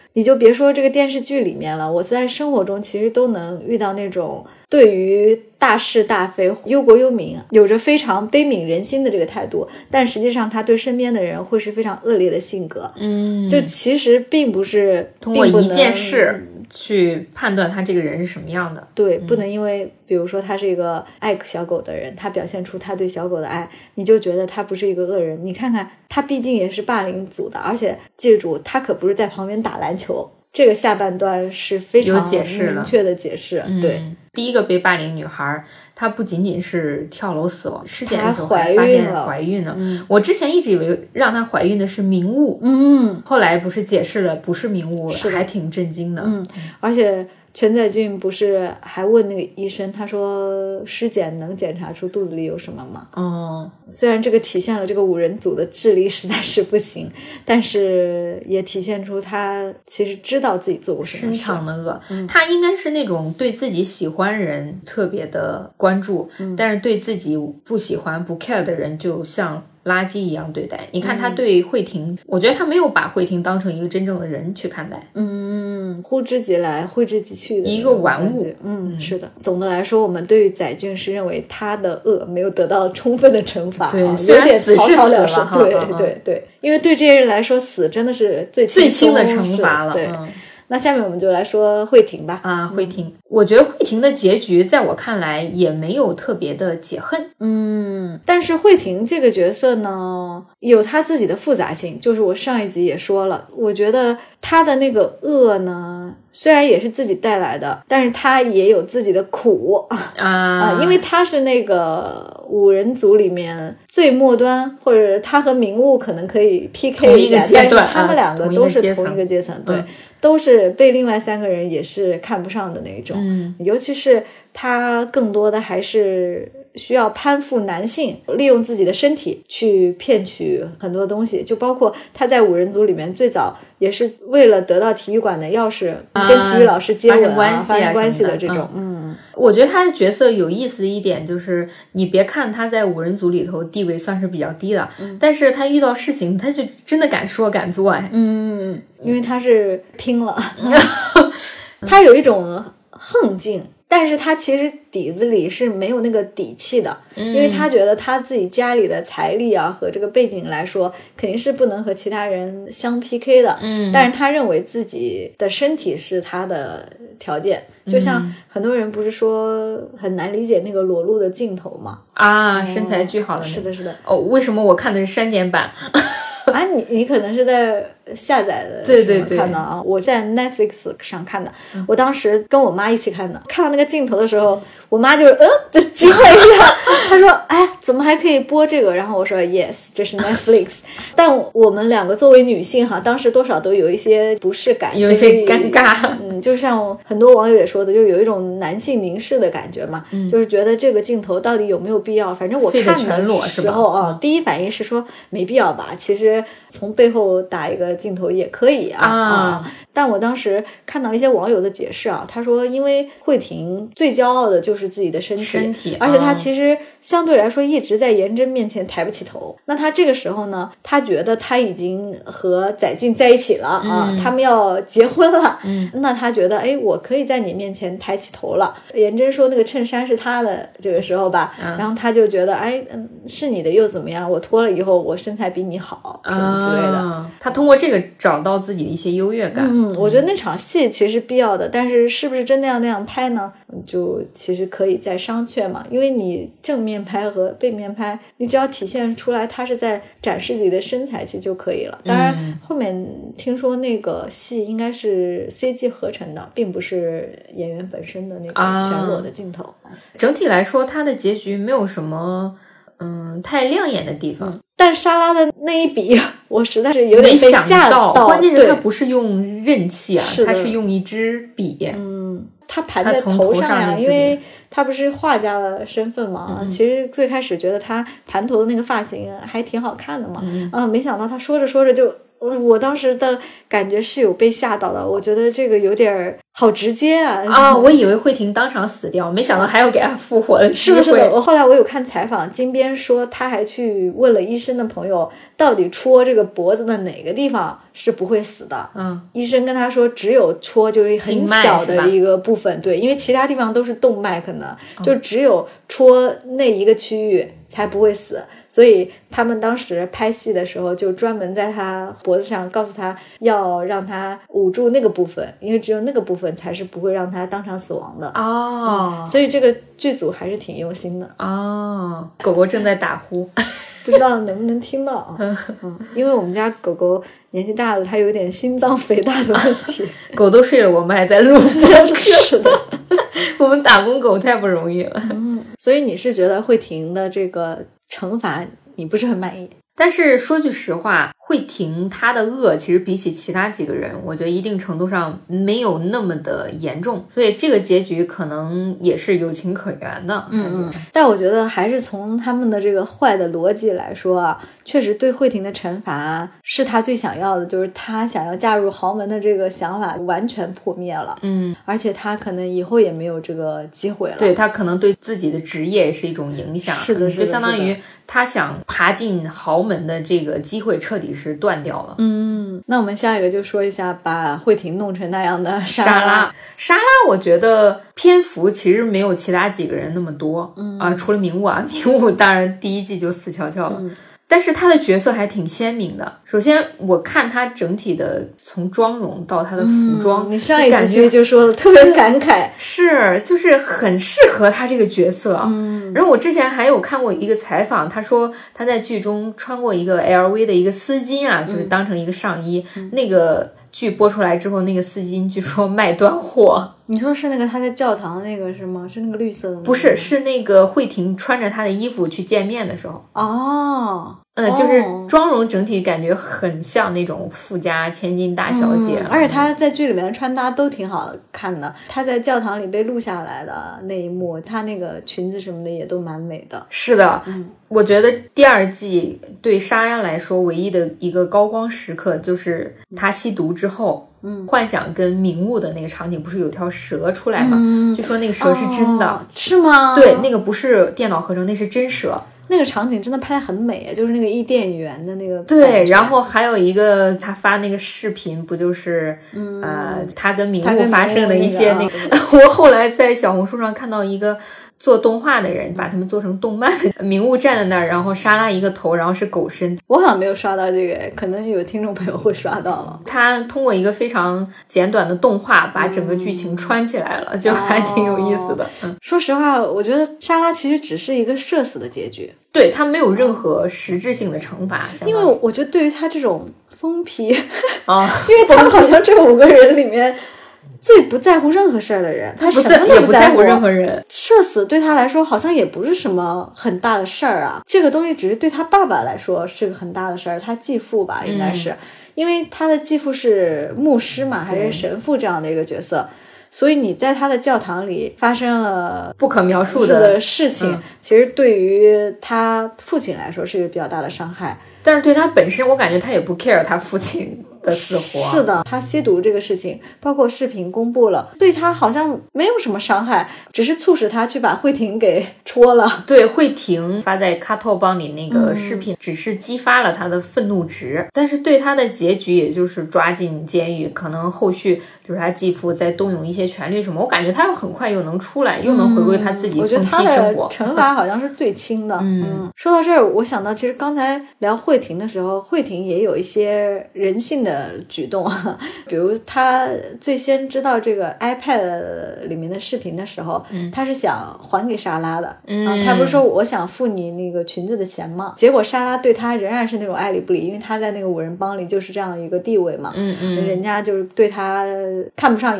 你就别说这个电视剧里面了，我在生活中其实都能遇到那种对于大是大非、忧国忧民有着非常悲悯人心的这个态度，但实际上他对身边的人会是非常恶劣的性格。就其实并不是通过一件事去判断他这个人是什么样的。 对，不能因为比如说他是一个爱小狗的人，他表现出他对小狗的爱，你就觉得他不是一个恶人。你看看他毕竟也是霸凌组的，而且记住他可不是在旁边打篮球，这个下半段是非常明确的解释。对， 第一个被霸凌女孩她不仅仅是跳楼死亡，尸检的时候还发现怀孕了。我之前一直以为让她怀孕的是明悟，后来不是解释了不是明悟，还挺震惊的。 而且全载俊不是还问那个医生，他说尸检能检查出肚子里有什么吗？虽然这个体现了这个五人组的智力实在是不行，但是也体现出他其实知道自己做过什么事， 深藏的恶。他应该是那种对自己喜欢人特别的关注，但是对自己不喜欢不 care 的人就像垃圾一样对待。你看他对慧婷，我觉得他没有把慧婷当成一个真正的人去看待， 呼之即来挥之即去的一个玩物。 是的。总的来说，我们对于载俊是认为他的恶没有得到充分的惩罚， 对，虽然死是死了， 对，因为对这些人来说，死真的是最轻的惩罚了。 对。那下面我们就来说慧婷吧。 慧婷，我觉得慧婷的结局在我看来也没有特别的解恨。 但是慧婷这个角色呢，有她自己的复杂性，就是我上一集也说了，我觉得她的那个恶呢，虽然也是自己带来的，但是她也有自己的苦因为她是那个五人组里面最末端，或者她和明悟可能可以 PK 一下，但是他们两个都是同一个阶层，对，都是被另外三个人也是看不上的那种。尤其是她更多的还是需要攀附男性，利用自己的身体去骗取很多东西，就包括他在五人组里面最早也是为了得到体育馆的钥匙，跟体育老师接吻发生关系的这种。 我觉得他的角色有意思的一点就是，你别看他在五人组里头地位算是比较低的，但是他遇到事情他就真的敢说敢做。 因为他是拼了他有一种横劲，但是他其实底子里是没有那个底气的，因为他觉得他自己家里的财力和这个背景来说肯定是不能和其他人相 PK 的。但是他认为自己的身体是他的条件，就像很多人不是说很难理解那个裸露的镜头吗？ 身材巨好的是的为什么我看的是删减版你可能是在下载的对看到我在 Netflix 上看的。我当时跟我妈一起看的，看到那个镜头的时候，我妈就惊了一下，她说怎么还可以播这个？然后我说 yes， 这是 Netflix 但我们两个作为女性当时多少都有一些不适感， 有一些尴尬。 就像很多网友也说的，就有一种男性凝视的感觉嘛，就是觉得这个镜头到底有没有必要。反正我看的时候第一反应是说没必要吧，其实从背后打一个镜头也可以但我当时看到一些网友的解释他说因为慧婷最骄傲的就是自己的身体，而且她其实相对来说一直在颜真面前抬不起头。那她这个时候呢，她觉得她已经和载俊在一起了他们要结婚了，那她觉得我可以在你面前抬起头了。颜真说那个衬衫是她的这个时候吧，然后她就觉得是你的又怎么样，我脱了以后我身材比你好什么之类的。 她通过这个找到自己的一些优越感。 我觉得那场戏其实是必要的，但是是不是真的要那样拍呢？就其实可以再商榷嘛，因为你正面拍和背面拍，你只要体现出来他是在展示自己的身材其实就可以了。当然后面听说那个戏应该是 CG 合成的，并不是演员本身的那个全裸的镜头。 整体来说他的结局没有什么太亮眼的地方。 但莎拉的那一笔我实在是有点被吓到， 关键是他不是用刃器他是用一支笔。 他盘在头上因为他不是画家的身份嘛，其实最开始觉得他盘头的那个发型还挺好看的嘛，没想到他说着说着就我当时的感觉是有被吓到的，我觉得这个有点好直接啊！ 我以为慧婷当场死掉，没想到还要给她复活的机会。 是的，是的。后来我有看采访，金边说他还去问了医生的朋友，到底戳这个脖子的哪个地方是不会死的。医生跟他说，只有戳就是很小的一个部分，对，因为其他地方都是动脉，可能就只有戳那一个区域才不会死。所以他们当时拍戏的时候就专门在他脖子上告诉他要让他捂住那个部分，因为只有那个部分才是不会让他当场死亡的。所以这个剧组还是挺用心的。 狗狗正在打呼， 不知道能不能听到啊？因为我们家狗狗年纪大了，它有点心脏肥大的问题。 狗都睡了，我们还在录播客。 是的， 我们打工狗太不容易了。 所以你是觉得慧婷的这个惩罚你不是很满意？ 但是说句实话，慧婷她的恶其实比起其他几个人，我觉得一定程度上没有那么的严重，所以这个结局可能也是有情可原的。 但我觉得还是从他们的这个坏的逻辑来说啊，确实对慧婷的惩罚是他最想要的，就是他想要嫁入豪门的这个想法完全破灭了。而且他可能以后也没有这个机会了。 对，他可能对自己的职业也是一种影响。 是的， 就相当于他想爬进豪门的这个机会彻底是断掉了。 那我们下一个就说一下把慧婷弄成那样的莎拉。莎拉我觉得篇幅其实没有其他几个人那么多。除了明悟啊，明悟当然第一季就死翘翘了。但是他的角色还挺鲜明的。首先我看他整体的从妆容到他的服装， 你上一集就说了特别感慨， 是就是很适合他这个角色。然后我之前还有看过一个采访，他说他在剧中穿过一个 LV 的一个丝巾啊，就是当成一个上衣。那个剧播出来之后，那个丝巾据说卖断货。 你说是那个他在教堂那个是吗？是那个绿色的吗？ 不是，是那个慧婷穿着他的衣服去见面的时候。就是妆容整体感觉很像那种富家千金大小姐。 而且她在剧里面的穿搭都挺好看的。她在教堂里被录下来的那一幕，她那个裙子什么的也都蛮美的。 是的。我觉得第二季对莎拉来说唯一的一个高光时刻就是她吸毒之后幻想跟明悟的那个场景，不是有条蛇出来吗？据说那个蛇是真的。 是吗？ 对，那个不是电脑合成，那是真蛇。 那个场景真的拍得很美，就是那个伊甸园的那个。 对，然后还有一个他发那个视频，不就是他跟明悟发生的一些那个。我后来在小红书上看到一个做动画的人把他们做成动漫的，明悟站在那儿，然后莎拉一个头，然后是狗身。 我好像没有刷到这个，可能有听众朋友会刷到了。 他通过一个非常简短的动画把整个剧情穿起来了，就还挺有意思的。 说实话，我觉得莎拉其实只是一个社死的结局。 对，他没有任何实质性的惩罚。 因为我觉得对于他这种疯批因为他好像这5个人里面最不在乎任何事儿的人，他什么也不在乎任何人。 社死对他来说好像也不是什么很大的事儿啊，这个东西只是对他爸爸来说是个很大的事儿，他继父吧应该是，因为他的继父是牧师嘛，还是神父这样的一个角色。所以你在他的教堂里发生了不可描述的事情，其实对于他父亲来说是一个比较大的伤害。 但是对他本身，我感觉他也不 care 他父亲的死活。 是的，他吸毒这个事情，包括视频公布了，对他好像没有什么伤害，只是促使他去把慧婷给戳了。 对，慧婷发在卡透邦里那个视频，只是激发了他的愤怒值，但是对他的结局，也就是抓进监狱，可能后续比如他继父在动用一些权利什么，我感觉他很快又能出来，又能回归他自己疯批生活。 我觉得他的惩罚好像是最轻的。说到这儿，我想到其实刚才聊慧婷的时候，慧婷也有一些人性的举动啊，比如他最先知道这个 iPad 里面的视频的时候，他是想还给莎拉的。他不是说我想付你那个裙子的钱吗？结果莎拉对他仍然是那种爱理不理，因为他在那个5人帮里就是这样一个地位嘛。人家就是对他看不上眼，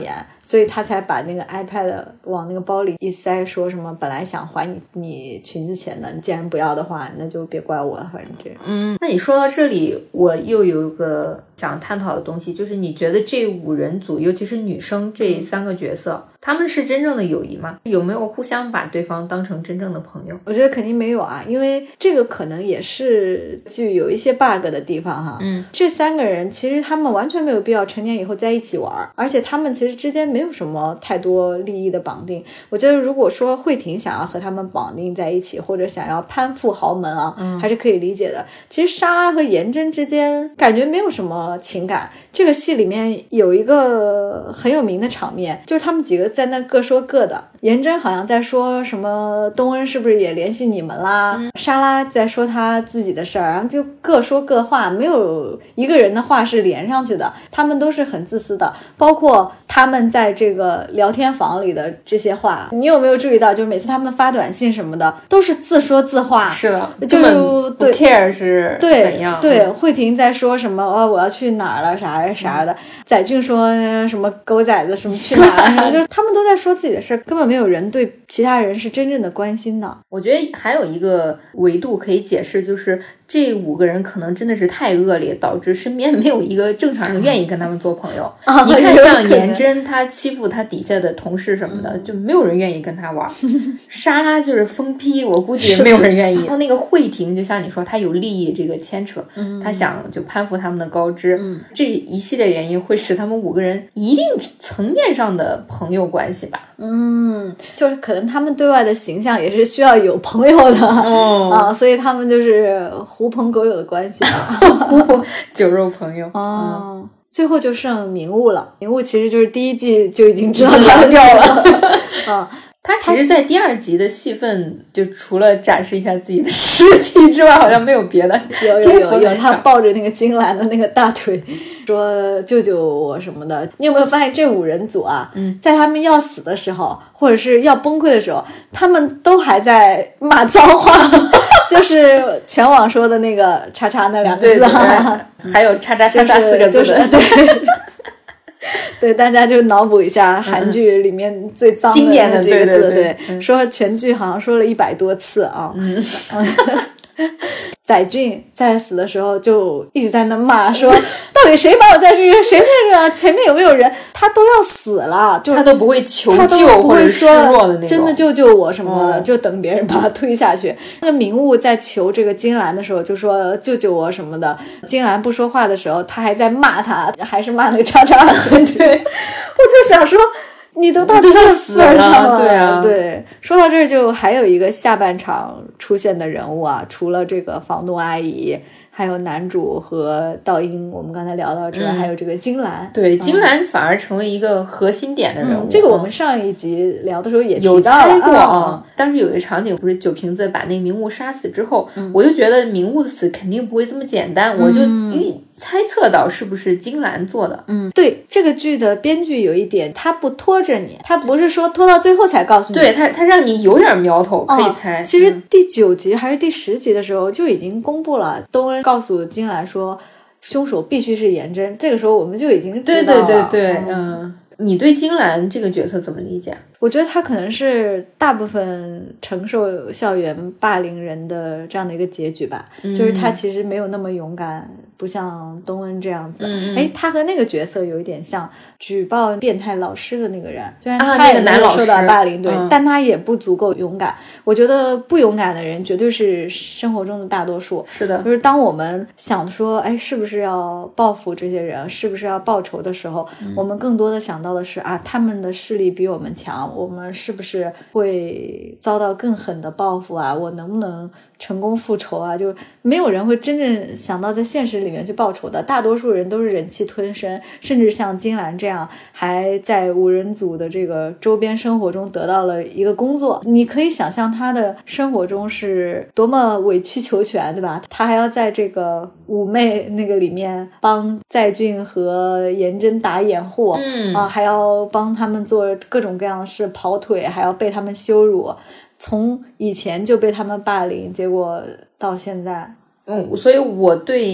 所以他才把那个 iPad 往那个包里一塞，说什么本来想还你裙子钱的，你既然不要的话，那就别怪我了，反正这样。 那你说到这里，我又有一个想探讨的东西，就是你觉得这5人组，尤其是女生这3个角色，他们是真正的友谊吗？有没有互相把对方当成真正的朋友？ 我觉得肯定没有啊，因为这个可能也是具有一些 bug 的地方哈。这3个人其实他们完全没有必要成年以后在一起玩，而且他们其实之间没有什么太多利益的绑定。我觉得如果说慧婷想要和他们绑定在一起，或者想要攀附豪门啊，还是可以理解的。其实莎拉和颜真之间感觉没有什么情感。这个戏里面有一个很有名的场面，就是他们几个在那各说各的。颜真好像在说什么东恩是不是也联系你们啦，莎拉在说她自己的事儿，然后就各说各话，没有一个人的话是连上去的，他们都是很自私的。包括他们在这个聊天房里的这些话，你有没有注意到，就是每次他们发短信什么的都是自说自话。 是的， 就是不 care 是怎样。 对，慧婷在说什么我要去哪儿了啥的，载俊说什么狗崽子什么去哪儿了就是他们都在说自己的事，根本没有人对其他人是真正的关心的。 我觉得还有一个维度可以解释，就是这5个人可能真的是太恶劣，导致身边没有一个正常人愿意跟他们做朋友。你看像颜真，他欺负他底下的同事什么的，就没有人愿意跟他玩。莎拉就是疯批，我估计也没有人愿意。然后那个慧婷，就像你说，他有利益这个牵扯，他想就攀附他们的高枝，这一系列原因会使他们5个人一定层面上的朋友关系吧。 就是可能他们对外的形象也是需要有朋友的，所以他们就是狐朋狗友的关系狐朋酒肉朋友。 最后就剩明悟了，明悟其实就是第1季就已经知道凉掉了他其实在第2集的戏份就除了展示一下自己的尸体之外，好像没有别的。 有他抱着那个金兰的那个大腿说救救我什么的。你有没有发现这5人组啊，在他们要死的时候或者是要崩溃的时候，他们都还在骂脏话就是全网说的那个叉叉那2个字， 对，还有叉叉叉叉4个字， 就是对，大家就脑补一下韩剧里面最脏经典的几个字， 对， 说全剧好像说了100多次啊。载俊在死的时候就一直在那骂说到底谁把我在这个谁那个前面有没有人，他都要死了，就他都不会求救或者示弱的那种， 真的救救我什么的，就等别人把他推下去。那个明悟在求这个金兰的时候就说救救我什么的，金兰不说话的时候他还在骂他，还是骂那个叉叉对，我就想说你都到这个份上了，对。说到这儿，就还有一个下半场出现的人物啊，除了这个房东阿姨，还有男主和道英，我们刚才聊到之外，还有这个金兰。 对，金兰反而成为一个核心点的人物。 这个我们上一集聊的时候也提到了， 有猜过啊。当时有一个场景，不是酒瓶子把那个明悟杀死之后，我就觉得明悟的死肯定不会这么简单，我就猜测到是不是金兰做的。 对，这个剧的编剧有一点，他不拖着你，他不是说拖到最后才告诉你， 对，他让你有点苗头可以猜。 其实第9集还是第10集的时候就已经公布了，东恩告诉金兰说凶手必须是颜真，这个时候我们就已经知道了。 对，你对金兰这个角色怎么理解？ 我觉得他可能是大部分承受校园霸凌人的这样的一个结局吧，就是他其实没有那么勇敢，不像东恩这样子。他和那个角色有一点像，举报变态老师的那个人，虽然他也没有受到霸凌，对，但他也不足够勇敢。我觉得不勇敢的人绝对是生活中的大多数。 是的， 就是当我们想说，是不是要报复这些人，是不是要报仇的时候，我们更多的想到的是他们的势力比我们强，我们是不是会遭到更狠的报复啊？我能不能成功复仇啊？就没有人会真正想到在现实里面去报仇的，大多数人都是忍气吞声，甚至像金兰这样还在5人组的这个周边生活中得到了一个工作。你可以想象他的生活中是多么委曲求全，对吧？他还要在这个五妹那个里面帮载俊和颜真打掩护，还要帮他们做各种各样的事，跑腿，还要被他们羞辱，从以前就被他们霸凌，结果到现在。 所以我对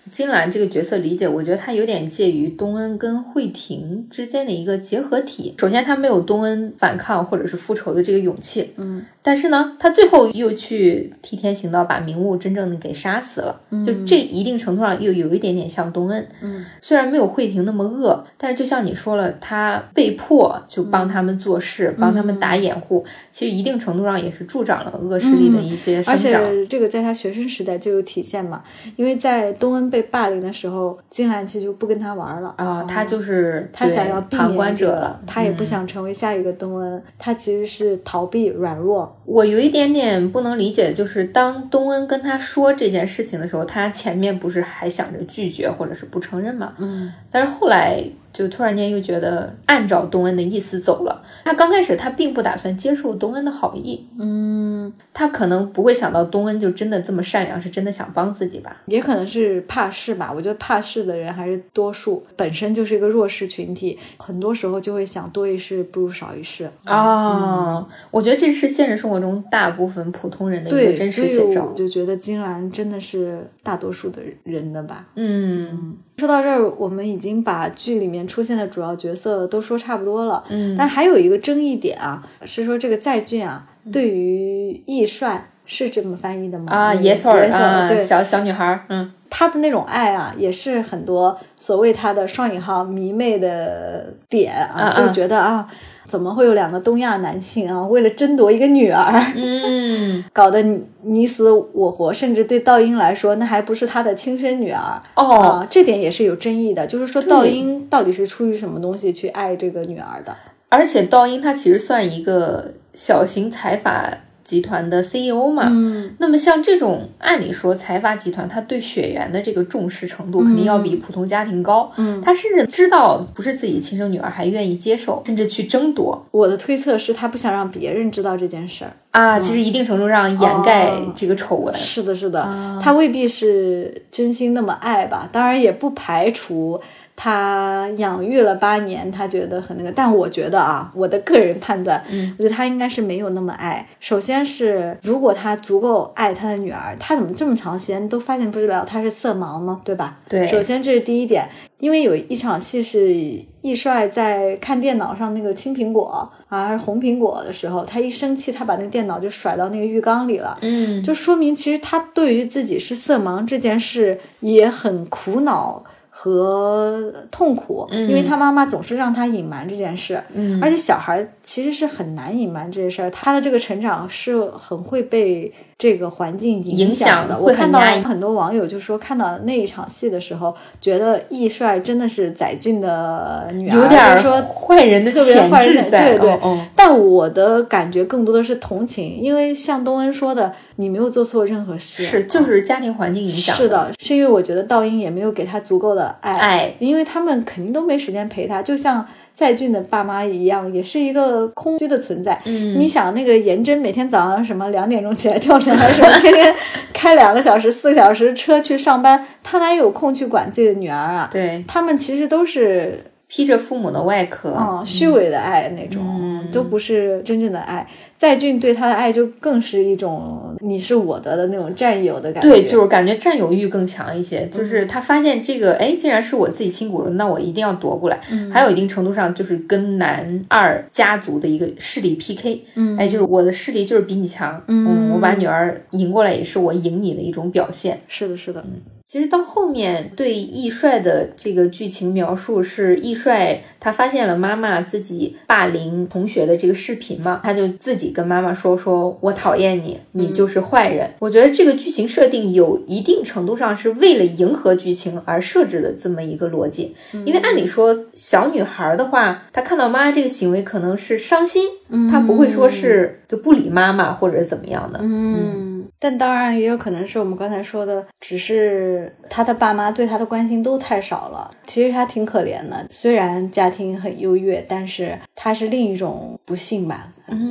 金兰这个角色理解，我觉得她有点介于东恩跟慧婷之间的一个结合体。首先她没有东恩反抗或者是复仇的这个勇气，但是呢她最后又去替天行道，把明悟真正的给杀死了，就这一定程度上又有一点点像东恩。虽然没有慧婷那么恶，但是就像你说了，她被迫就帮他们做事，帮他们打掩护，其实一定程度上也是助长了恶势力的一些生长。 而且这个在他学生时代就有体现嘛，因为在东恩被霸凌的时候，金兰其实就不跟他玩了啊，他就是他想要避免旁观者了， 他也不想成为下一个东恩，他其实是逃避软弱。 我有一点点不能理解的就是当东恩跟他说这件事情的时候，他前面不是还想着拒绝或者是不承认吗？但是后来就突然间又觉得按照东恩的意思走了。他刚开始他并不打算接受东恩的好意，他可能不会想到东恩就真的这么善良，是真的想帮自己吧， 也可能是怕事吧。我觉得怕事的人还是多数，本身就是一个弱势群体，很多时候就会想多一事不如少一事我觉得这是现实生活中大部分普通人的一个真实写照。 所以我就觉得金兰真的是大多数的人的吧。说到这儿，我们已经把剧里面出现的主要角色都说差不多了。但还有一个争议点啊，是说这个在俊啊，对于易帅是这么翻译的吗？ 野草儿， 对， 小女孩， 他的那种爱啊，也是很多所谓他的双引号迷妹的点啊，就觉得啊，怎么会有两个东亚男性啊，为了争夺一个女儿，搞得你死我活，甚至对道英来说，那还不是他的亲生女儿这点也是有争议的，就是说道英到底是出于什么东西去爱这个女儿的？ 而且道英他其实算一个小型财阀集团的 CEO 嘛，那么像这种按理说财阀集团他对血缘的这个重视程度肯定要比普通家庭高，他甚至知道不是自己亲生女儿还愿意接受，甚至去争夺。 我的推测是他不想让别人知道这件事儿其实一定程度上掩盖这个丑闻。 是的他未必是真心那么爱吧，当然也不排除他养育了8年，他觉得很那个，但我觉得啊，我的个人判断，我觉得他应该是没有那么爱。首先是，如果他足够爱他的女儿，他怎么这么长时间都发现不了他是色盲呢？对吧？ 对， 首先这是第一点，因为有一场戏是易帅在看电脑上那个青苹果还是红苹果的时候，他一生气，他把那个电脑就甩到那个浴缸里了，就说明其实他对于自己是色盲这件事也很苦恼和痛苦，因为他妈妈总是让他隐瞒这件事，而且小孩其实是很难隐瞒这件事，他的这个成长是很会被这个环境影响的。我看到很多网友就说，看到那一场戏的时候，觉得易帅真的是载俊的女儿， 有点说坏人的潜质在， 对，但我的感觉更多的是同情，因为像东恩说的，你没有做错任何事， 是就是家庭环境影响是的，是因为我觉得道英也没有给他足够的爱，因为他们肯定都没时间陪他，就像在俊的爸妈一样，也是一个空虚的存在。你想那个颜真每天早上什么2点钟起来跳绳还是什么，天天开2个小时4个小时车去上班，他哪有空去管自己的女儿啊？ 对， 他们其实都是披着父母的外壳， 虚伪的爱那种，都不是真正的爱。在俊对他的爱就更是一种你是我的那种占有的感觉， 对，就是感觉占有欲更强一些，就是他发现这个既然是我自己亲骨肉，那我一定要夺过来，还有一定程度上就是跟男二家族的一个势力 PK，就是我的势力就是比你强，我把女儿赢过来也是我赢你的一种表现。 是的其实到后面对易帅的这个剧情描述是易帅他发现了妈妈自己霸凌同学的这个视频嘛，他就自己跟妈妈说我讨厌你，你就是坏人。我觉得这个剧情设定有一定程度上是为了迎合剧情而设置的这么一个逻辑，因为按理说小女孩的话，她看到妈妈这个行为可能是伤心，她不会说是就不理妈妈或者怎么样的。 但当然也有可能是我们刚才说的，只是他的爸妈对他的关心都太少了，其实他挺可怜的，虽然家庭很优越，但是他是另一种不幸吧。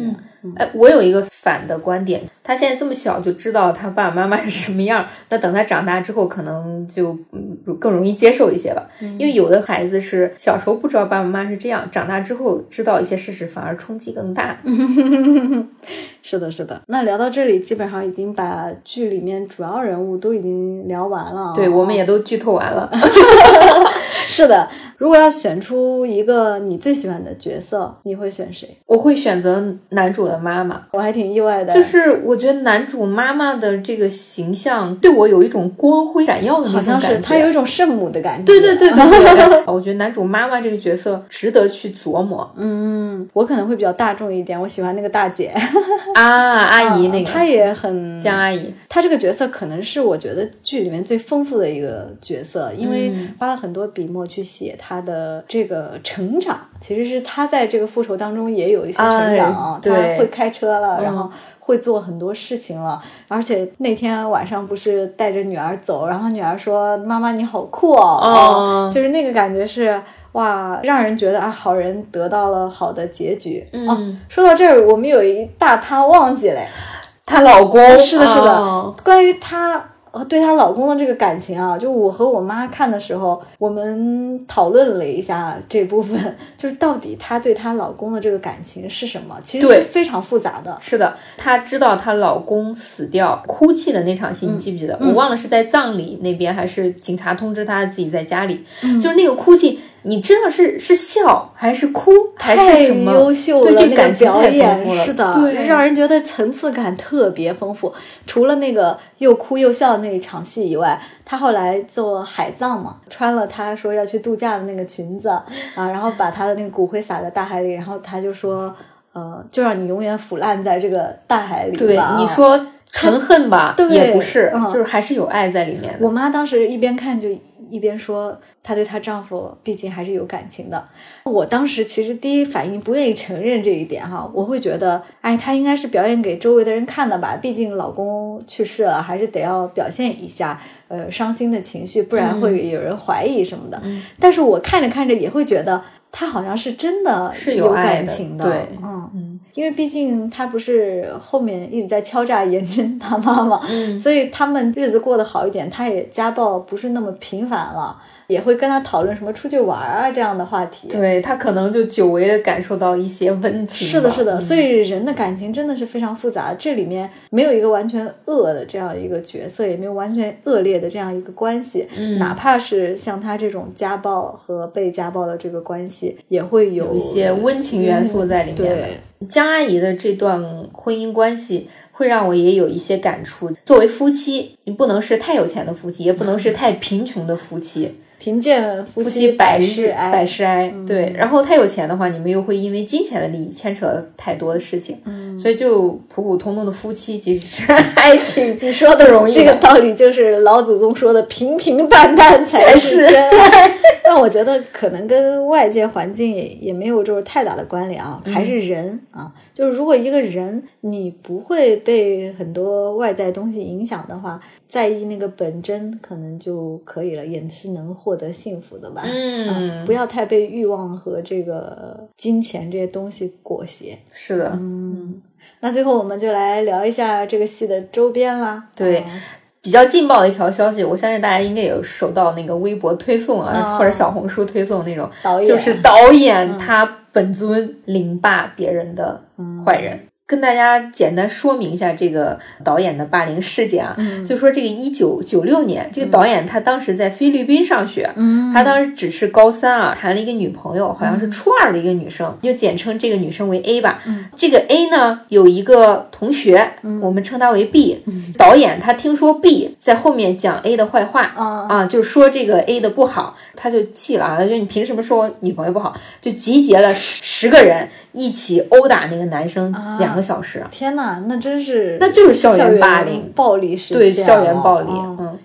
我有一个反的观点，他现在这么小就知道他爸爸妈妈是什么样，那等他长大之后可能就更容易接受一些吧。因为有的孩子是小时候不知道爸爸妈妈是这样，长大之后知道一些事实反而冲击更大。 是的是的。那聊到这里基本上已经把剧里面主要人物都已经聊完了。 对，我们也都剧透完了。 是的，如果要选出一个你最喜欢的角色，你会选谁？ 我会选择男主的妈妈。 我还挺意外的， 就是我觉得男主妈妈的这个形象对我有一种光辉闪耀的那种感觉， 好像是他有一种圣母的感觉。 对。我觉得男主妈妈这个角色值得去琢磨。 我可能会比较大众一点，我喜欢那个大姐阿姨那个， 她也很江阿姨。 她这个角色可能是我觉得剧里面最丰富的一个角色，因为花了很多笔墨去写她的这个成长。其实是她在这个复仇当中也有一些成长，她会开车了，然后会做很多事情了，而且那天晚上不是带着女儿走，然后女儿说妈妈你好酷哦，就是那个感觉是哇，让人觉得好人得到了好的结局。说到这儿我们有一大趴忘记了， 她老公。 是的，关于她对她老公的这个感情啊，就我和我妈看的时候，我们讨论了一下这部分，就是到底她对她老公的这个感情是什么，其实是非常复杂的。 是的，她知道她老公死掉哭泣的那场戏，你记不记得？我忘了是在葬礼那边还是警察通知她自己在家里，就是那个哭泣，你知道是笑还是哭还是什么？ 太优秀了， 对，这个感情表演了， 是的， 对， 让人觉得层次感特别丰富。除了那个又哭又笑的那一场戏以外，他后来做海葬嘛，穿了他说要去度假的那个裙子然后把他的那个骨灰撒在大海里，然后他就说就让你永远腐烂在这个大海里吧。 对，你说纯恨吧也不是，就是还是有爱在里面的。 我妈当时一边看就一边说她对她丈夫毕竟还是有感情的。我当时其实第一反应不愿意承认这一点我会觉得她应该是表演给周围的人看的吧，毕竟老公去世了，还是得要表现一下伤心的情绪，不然会有人怀疑什么的。但是我看着看着也会觉得她好像是真的是有感情的， 对， 因为毕竟他不是后面一直在敲诈颜真他妈妈，所以他们日子过得好一点，他也家暴不是那么频繁了，也会跟他讨论什么出去玩这样的话题。 对，他可能就久违的感受到一些温情。 是的是的，所以人的感情真的是非常复杂，这里面没有一个完全恶的这样一个角色，也没有完全恶劣的这样一个关系，哪怕是像他这种家暴和被家暴的这个关系，也会有一些温情元素在里面的。 对， 江阿姨的这段婚姻关系会让我也有一些感触。作为夫妻，你不能是太有钱的夫妻，也不能是太贫穷的夫妻。 贫贱夫妻百事哀， 百事哀。对，然后太有钱的话，你们又会因为金钱的利益牵扯太多的事情，所以就普普通通的夫妻其实还挺你说的容易。这个道理就是老祖宗说的平平淡淡才是真爱。但我觉得可能跟外界环境也没有就是太大的关联还是人就是如果一个人你不会被很多外在东西影响的话，在意那个本真可能就可以了，也是能获得幸福的吧。不要太被欲望和这个金钱这些东西裹挟。 是的。 那最后我们就来聊一下这个戏的周边啦。 对，比较劲爆的一条消息，我相信大家应该也有收到那个微博推送或者小红书推送那种，就是导演他本尊凌霸别人的坏人。跟大家简单说明一下这个导演的霸凌事件就说这个1996年这个导演他当时在菲律宾上学，他当时只是高3谈了一个女朋友，好像是初2的一个女生，就简称这个女生为 A 吧。这个 A 呢有一个同学，我们称他为 B。导演他听说 B 在后面讲 A 的坏话就说这个 A 的不好，他就气了他说你凭什么说我女朋友不好，就集结了10个人一起殴打那个男生2个小时。 天哪，那真是那就是校园霸凌暴力事件。 对，校园暴力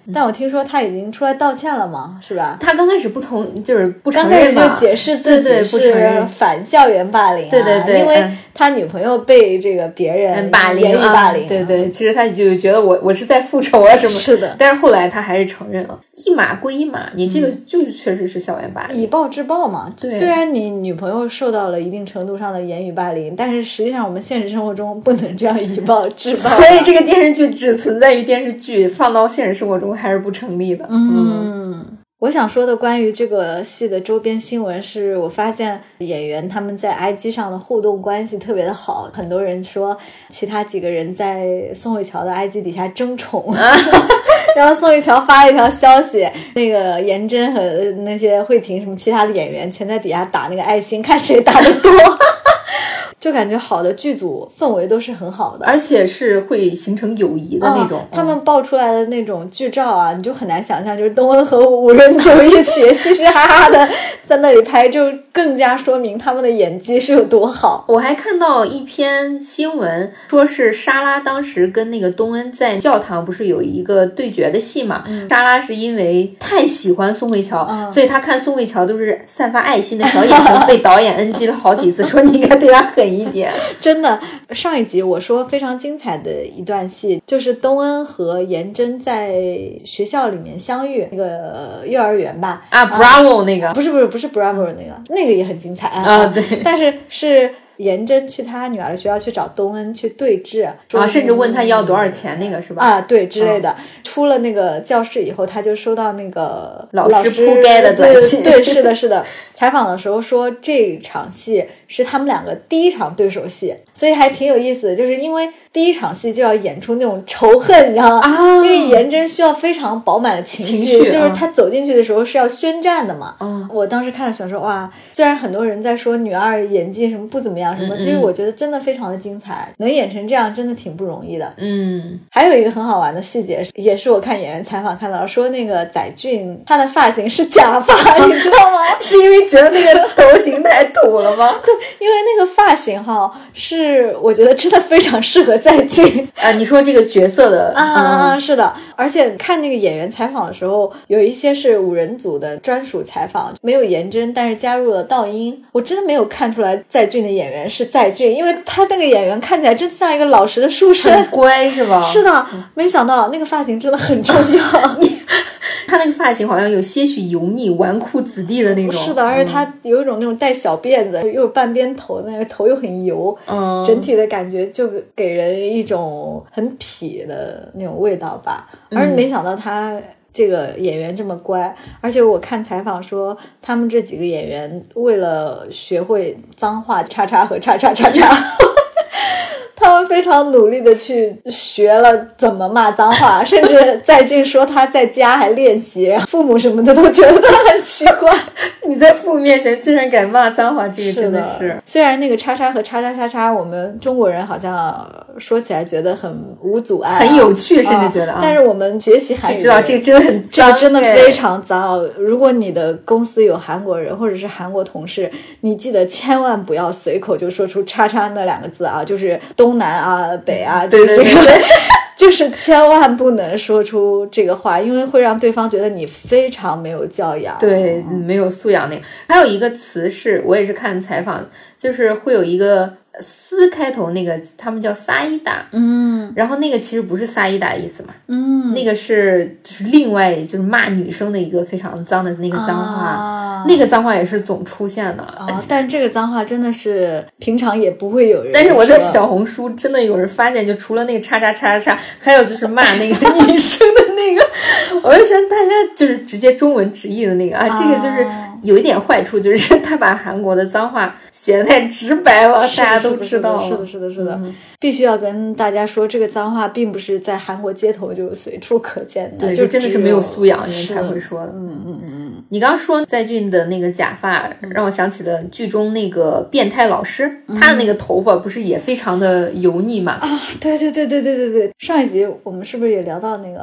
但我听说他已经出来道歉了嘛，是吧？ 他刚开始就是不承认嘛， 刚开始就解释自己是反校园霸凌， 对对对， 因为他女朋友被这个别人言语霸凌， 对对，其实他就觉得我是在复仇啊什么， 是的。 但是后来他还是承认了，一码归一码，你这个就确实是校园霸凌， 以暴制暴嘛。 对， 虽然你女朋友受到了一定程度上的言语霸凌，但是实际上我们现实生活中不能这样以暴制暴， 所以这个电视剧只存在于电视剧，放到现实生活中还是不成立的。 我想说的关于这个戏的周边新闻是，我发现演员他们在 IG 上的互动关系特别的好，很多人说其他几个人在宋慧乔的 IG 底下争宠然后宋慧乔发了一条消息，那个颜真和那些慧婷什么其他的演员全在底下打那个爱心，看谁打得多就感觉好的剧组氛围都是很好的， 而且是会形成友谊的那种。 他们爆出来的那种剧照啊，你就很难想象，就是东恩和五人组一起嘻嘻哈哈的在那里拍，就更加说明他们的演技是有多好。 我还看到一篇新闻，说是莎拉当时跟那个东恩在教堂不是有一个对决的戏嘛？莎拉是因为太喜欢宋慧乔，所以她看宋慧乔都是散发爱心的小眼睛，被导演 NG 了好几次，说你应该对她狠一点。 真的，上一集我说非常精彩的一段戏，就是东恩和颜真在学校里面相遇，那个幼儿园吧 ，Bravo 那个， 不是 Bravo 那个也很精彩对， 但是颜真去他女儿的学校去找东恩去对峙甚至问他要多少钱那个是吧？ 对之类的。出了那个教室以后，他就收到那个老师铺盖的短信， 对，是的。采访的时候说这场戏是他们两个第一场对手戏，所以还挺有意思的，就是因为第一场戏就要演出那种仇恨，你知道吗？因为颜真需要非常饱满的情绪，就是他走进去的时候是要宣战的嘛。我当时看的时候说，哇，虽然很多人在说女二演技什么不怎么样什么，其实我觉得真的非常的精彩，能演成这样真的挺不容易的。还有一个很好玩的细节，也是我看演员采访看到，说那个载俊他的发型是假发你知道吗？ 是因为觉得那个头型太土了吗？ 对，因为那个发型是我觉得真的非常适合载俊你说这个角色的是的。而且看那个演员采访的时候，有一些是五人组的专属采访，没有颜真，但是加入了道音，我真的没有看出来载俊的演员是载俊，因为他那个演员看起来真像一个老实的书生， 很乖是吧？ 是的，没想到那个发型真的很重要他那个发型好像有些许油腻纨绔子弟的那种， 是的，而且他有一种那种带小辫子，又有半边头，那个头又很油，整体的感觉就给人一种很痞的那种味道吧。而没想到他这个演员这么乖，而且我看采访说，他们这几个演员为了学会脏话叉叉和叉叉叉叉他们非常努力的去学了怎么骂脏话，甚至载俊说他在家还练习，然后父母什么的都觉得他很奇怪你在父母面前竟然敢骂脏话，这个真的是。 虽然那个叉叉和叉叉叉叉我们中国人好像说起来觉得很无阻碍很有趣，甚至觉得但是我们学习韩语就知道这个真的很脏， 这个真的非常脏如果你的公司有韩国人或者是韩国同事，你记得千万不要随口就说出叉叉那两个字就是东南北对对对就是千万不能说出这个话，因为会让对方觉得你非常没有教养， 对，没有素养那个。还有一个词是我也是看采访，就是会有一个斯开头那个，他们叫撒伊达，然后那个其实不是撒伊达的意思嘛，那个是就是另外就是骂女生的一个非常脏的那个脏话，那个脏话也是总出现的但这个脏话真的是平常也不会有人， 但是我在小红书真的有人发现，就除了那个叉叉叉叉叉，还有就是骂那个女生的那个，我就想大家就是直接中文直译的那个这个就是有一点坏处，就是他把韩国的脏话写得太直白了，大家都知道了。 是的，必须要跟大家说，这个脏话并不是在韩国街头就随处可见的， 对，就真的是没有素养人才会说的。你刚刚说载俊的那个假发，让我想起了剧中那个变态老师，他的那个头发不是也非常的油腻嘛？ 对。上一集我们是不是也聊到那个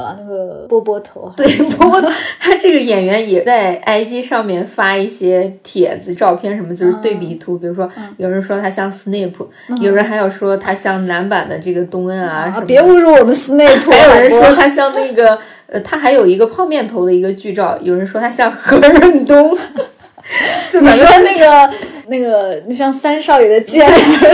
个波波头。 对，波波头，他这个演员也在 IG 上面发一些帖子、照片什么，就是对比图。比如说，有人说他像斯内普，有人还有说他像男版的这个东恩啊什么。 别侮辱我们斯内普。 还有人说他像那个他还有一个泡面头的一个剧照，有人说他像何润东。 你说那个你像三少爷的剑。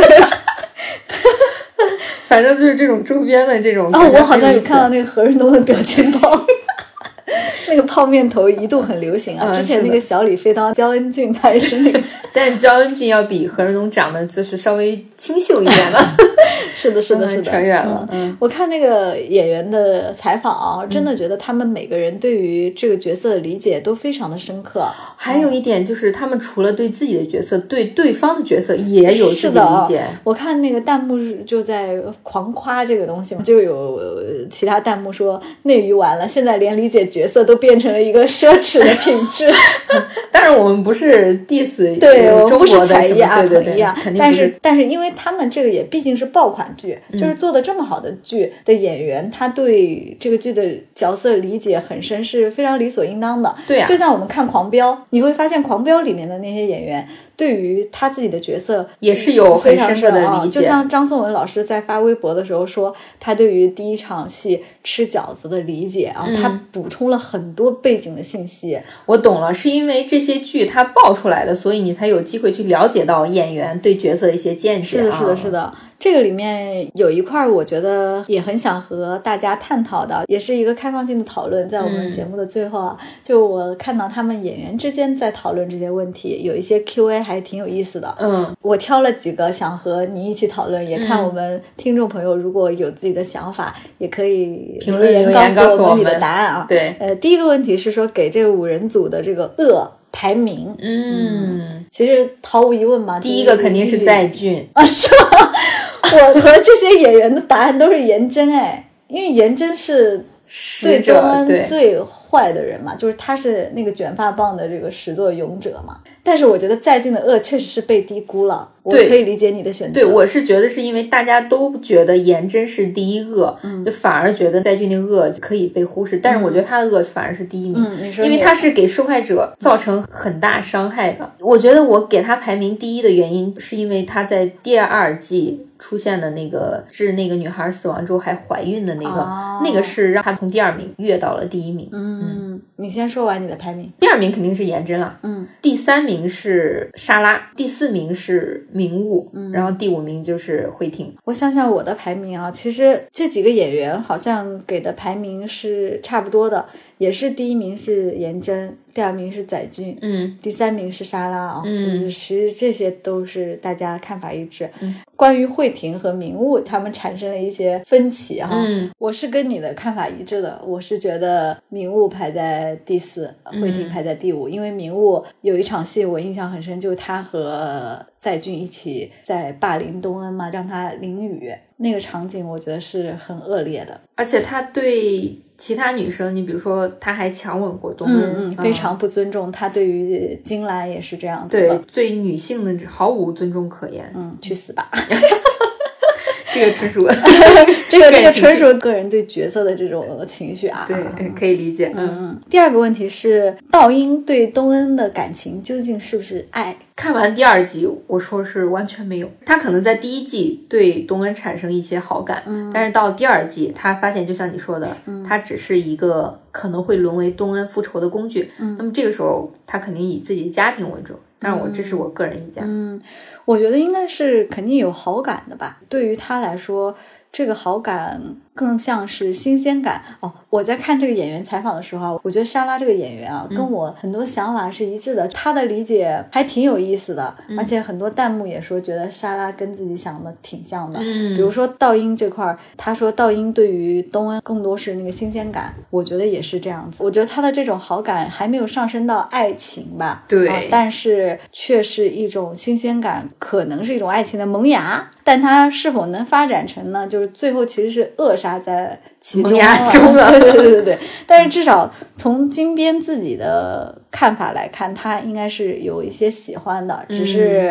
反正就是这种周边的这种。 我好像有看到那个何润东的表情包。那个泡面头一度很流行啊，之前那个小李飞刀焦恩俊他也是那个， 但焦恩俊要比何润东长得就是稍微清秀一点了。 是的， 扯远了。 我看那个演员的采访啊，真的觉得他们每个人对于这个角色的理解都非常的深刻。 还有一点就是，他们除了对自己的角色，对对方的角色也有自己的理解。 我看那个弹幕就在狂夸这个东西嘛，就有其他弹幕说内娱完了，现在连理解角色都变成了一个奢侈的品质。 当然我们不是 diss 对，我们不是才艺啊， 对，肯定不是。 但是因为他们这个也毕竟是爆款剧，就是做的这么好的剧的演员，他对这个剧的角色理解很深，是非常理所应当的。 对啊， 就像我们看狂飙，你会发现狂飙里面的那些演员对于他自己的角色也是有很深刻的理解。 就像张颂文老师在发微博的时候说，他对于第一场戏吃饺子的理解啊，他补充了很多背景的信息。 我懂了，是因为这些剧它爆出来的，所以你才有机会去了解到演员对角色的一些见解。 是的。这个里面有一块我觉得也很想和大家探讨的，也是一个开放性的讨论，在我们节目的最后啊，就我看到他们演员之间在讨论这些问题，有一些 Q&A 还挺有意思的。我挑了几个想和你一起讨论，也看我们听众朋友如果有自己的想法，也可以评论留言告诉我们你的答案啊。 对， 第一个问题是说给这5人组的这个排名。其实毫无疑问嘛， 第一个肯定是在俊啊，是吗？我和这些演员的答案都是颜真，因为颜真是对东恩最坏的人嘛，就是他是那个卷发棒的这个始作俑者嘛。但是我觉得在俊的恶确实是被低估了，我可以理解你的选择。 对，我是觉得是因为大家都觉得颜真是第一恶，就反而觉得在俊的恶可以被忽视，但是我觉得他的恶反而是第一名。因为他是给受害者造成很大伤害的。我觉得我给他排名第一的原因是因为他在第2季出现的那个致那个女孩死亡之后还怀孕的那个是让他从第2名跃到了第1名。 你先说完你的排名。 第2名肯定是颜真了，第3名是莎拉，第4名是明悟，然后第5名就是慧婷。 我想想我的排名啊，其实这几个演员好像给的排名是差不多的，也是第1名是颜真，第2名是载俊，第3名是莎拉啊，其实这些都是大家看法一致。关于慧婷和明悟他们产生了一些分歧哈，我是跟你的看法一致的，我是觉得明悟排在第4，慧婷排在第5，因为明悟有一场戏我印象很深，就是他和载俊一起在霸凌东恩嘛，让他淋雨，那个场景我觉得是很恶劣的， 而且他对其他女生，你比如说他还强吻过东恩， 非常不尊重。他对于金兰也是这样子的， 对，对女性的毫无尊重可言。 去死吧！ 这个纯属这个纯属个人对角色的这种情绪啊， 对，可以理解。 第2个问题是道英对东恩的感情究竟是不是爱？ 看完第2集，我说是完全没有。他可能在第1季对东恩产生一些好感，但是到第2季，他发现就像你说的，他只是一个可能会沦为东恩复仇的工具。那么这个时候，他肯定以自己的家庭为主。但是这是我个人意见。 我觉得应该是肯定有好感的吧。对于他来说，这个好感更像是新鲜感。我在看这个演员采访的时候，我觉得莎拉这个演员啊，跟我很多想法是一致的。她的理解还挺有意思的，而且很多弹幕也说觉得莎拉跟自己想的挺像的。比如说道英这块，他说道英对于东恩更多是那个新鲜感，我觉得也是这样子。我觉得他的这种好感还没有上升到爱情吧， 对， 但是却是一种新鲜感，可能是一种爱情的萌芽，但它是否能发展成呢？就是最后其实是扼杀在其中萌芽中了。 对。但是至少从金边自己的看法来看，他应该是有一些喜欢的，只是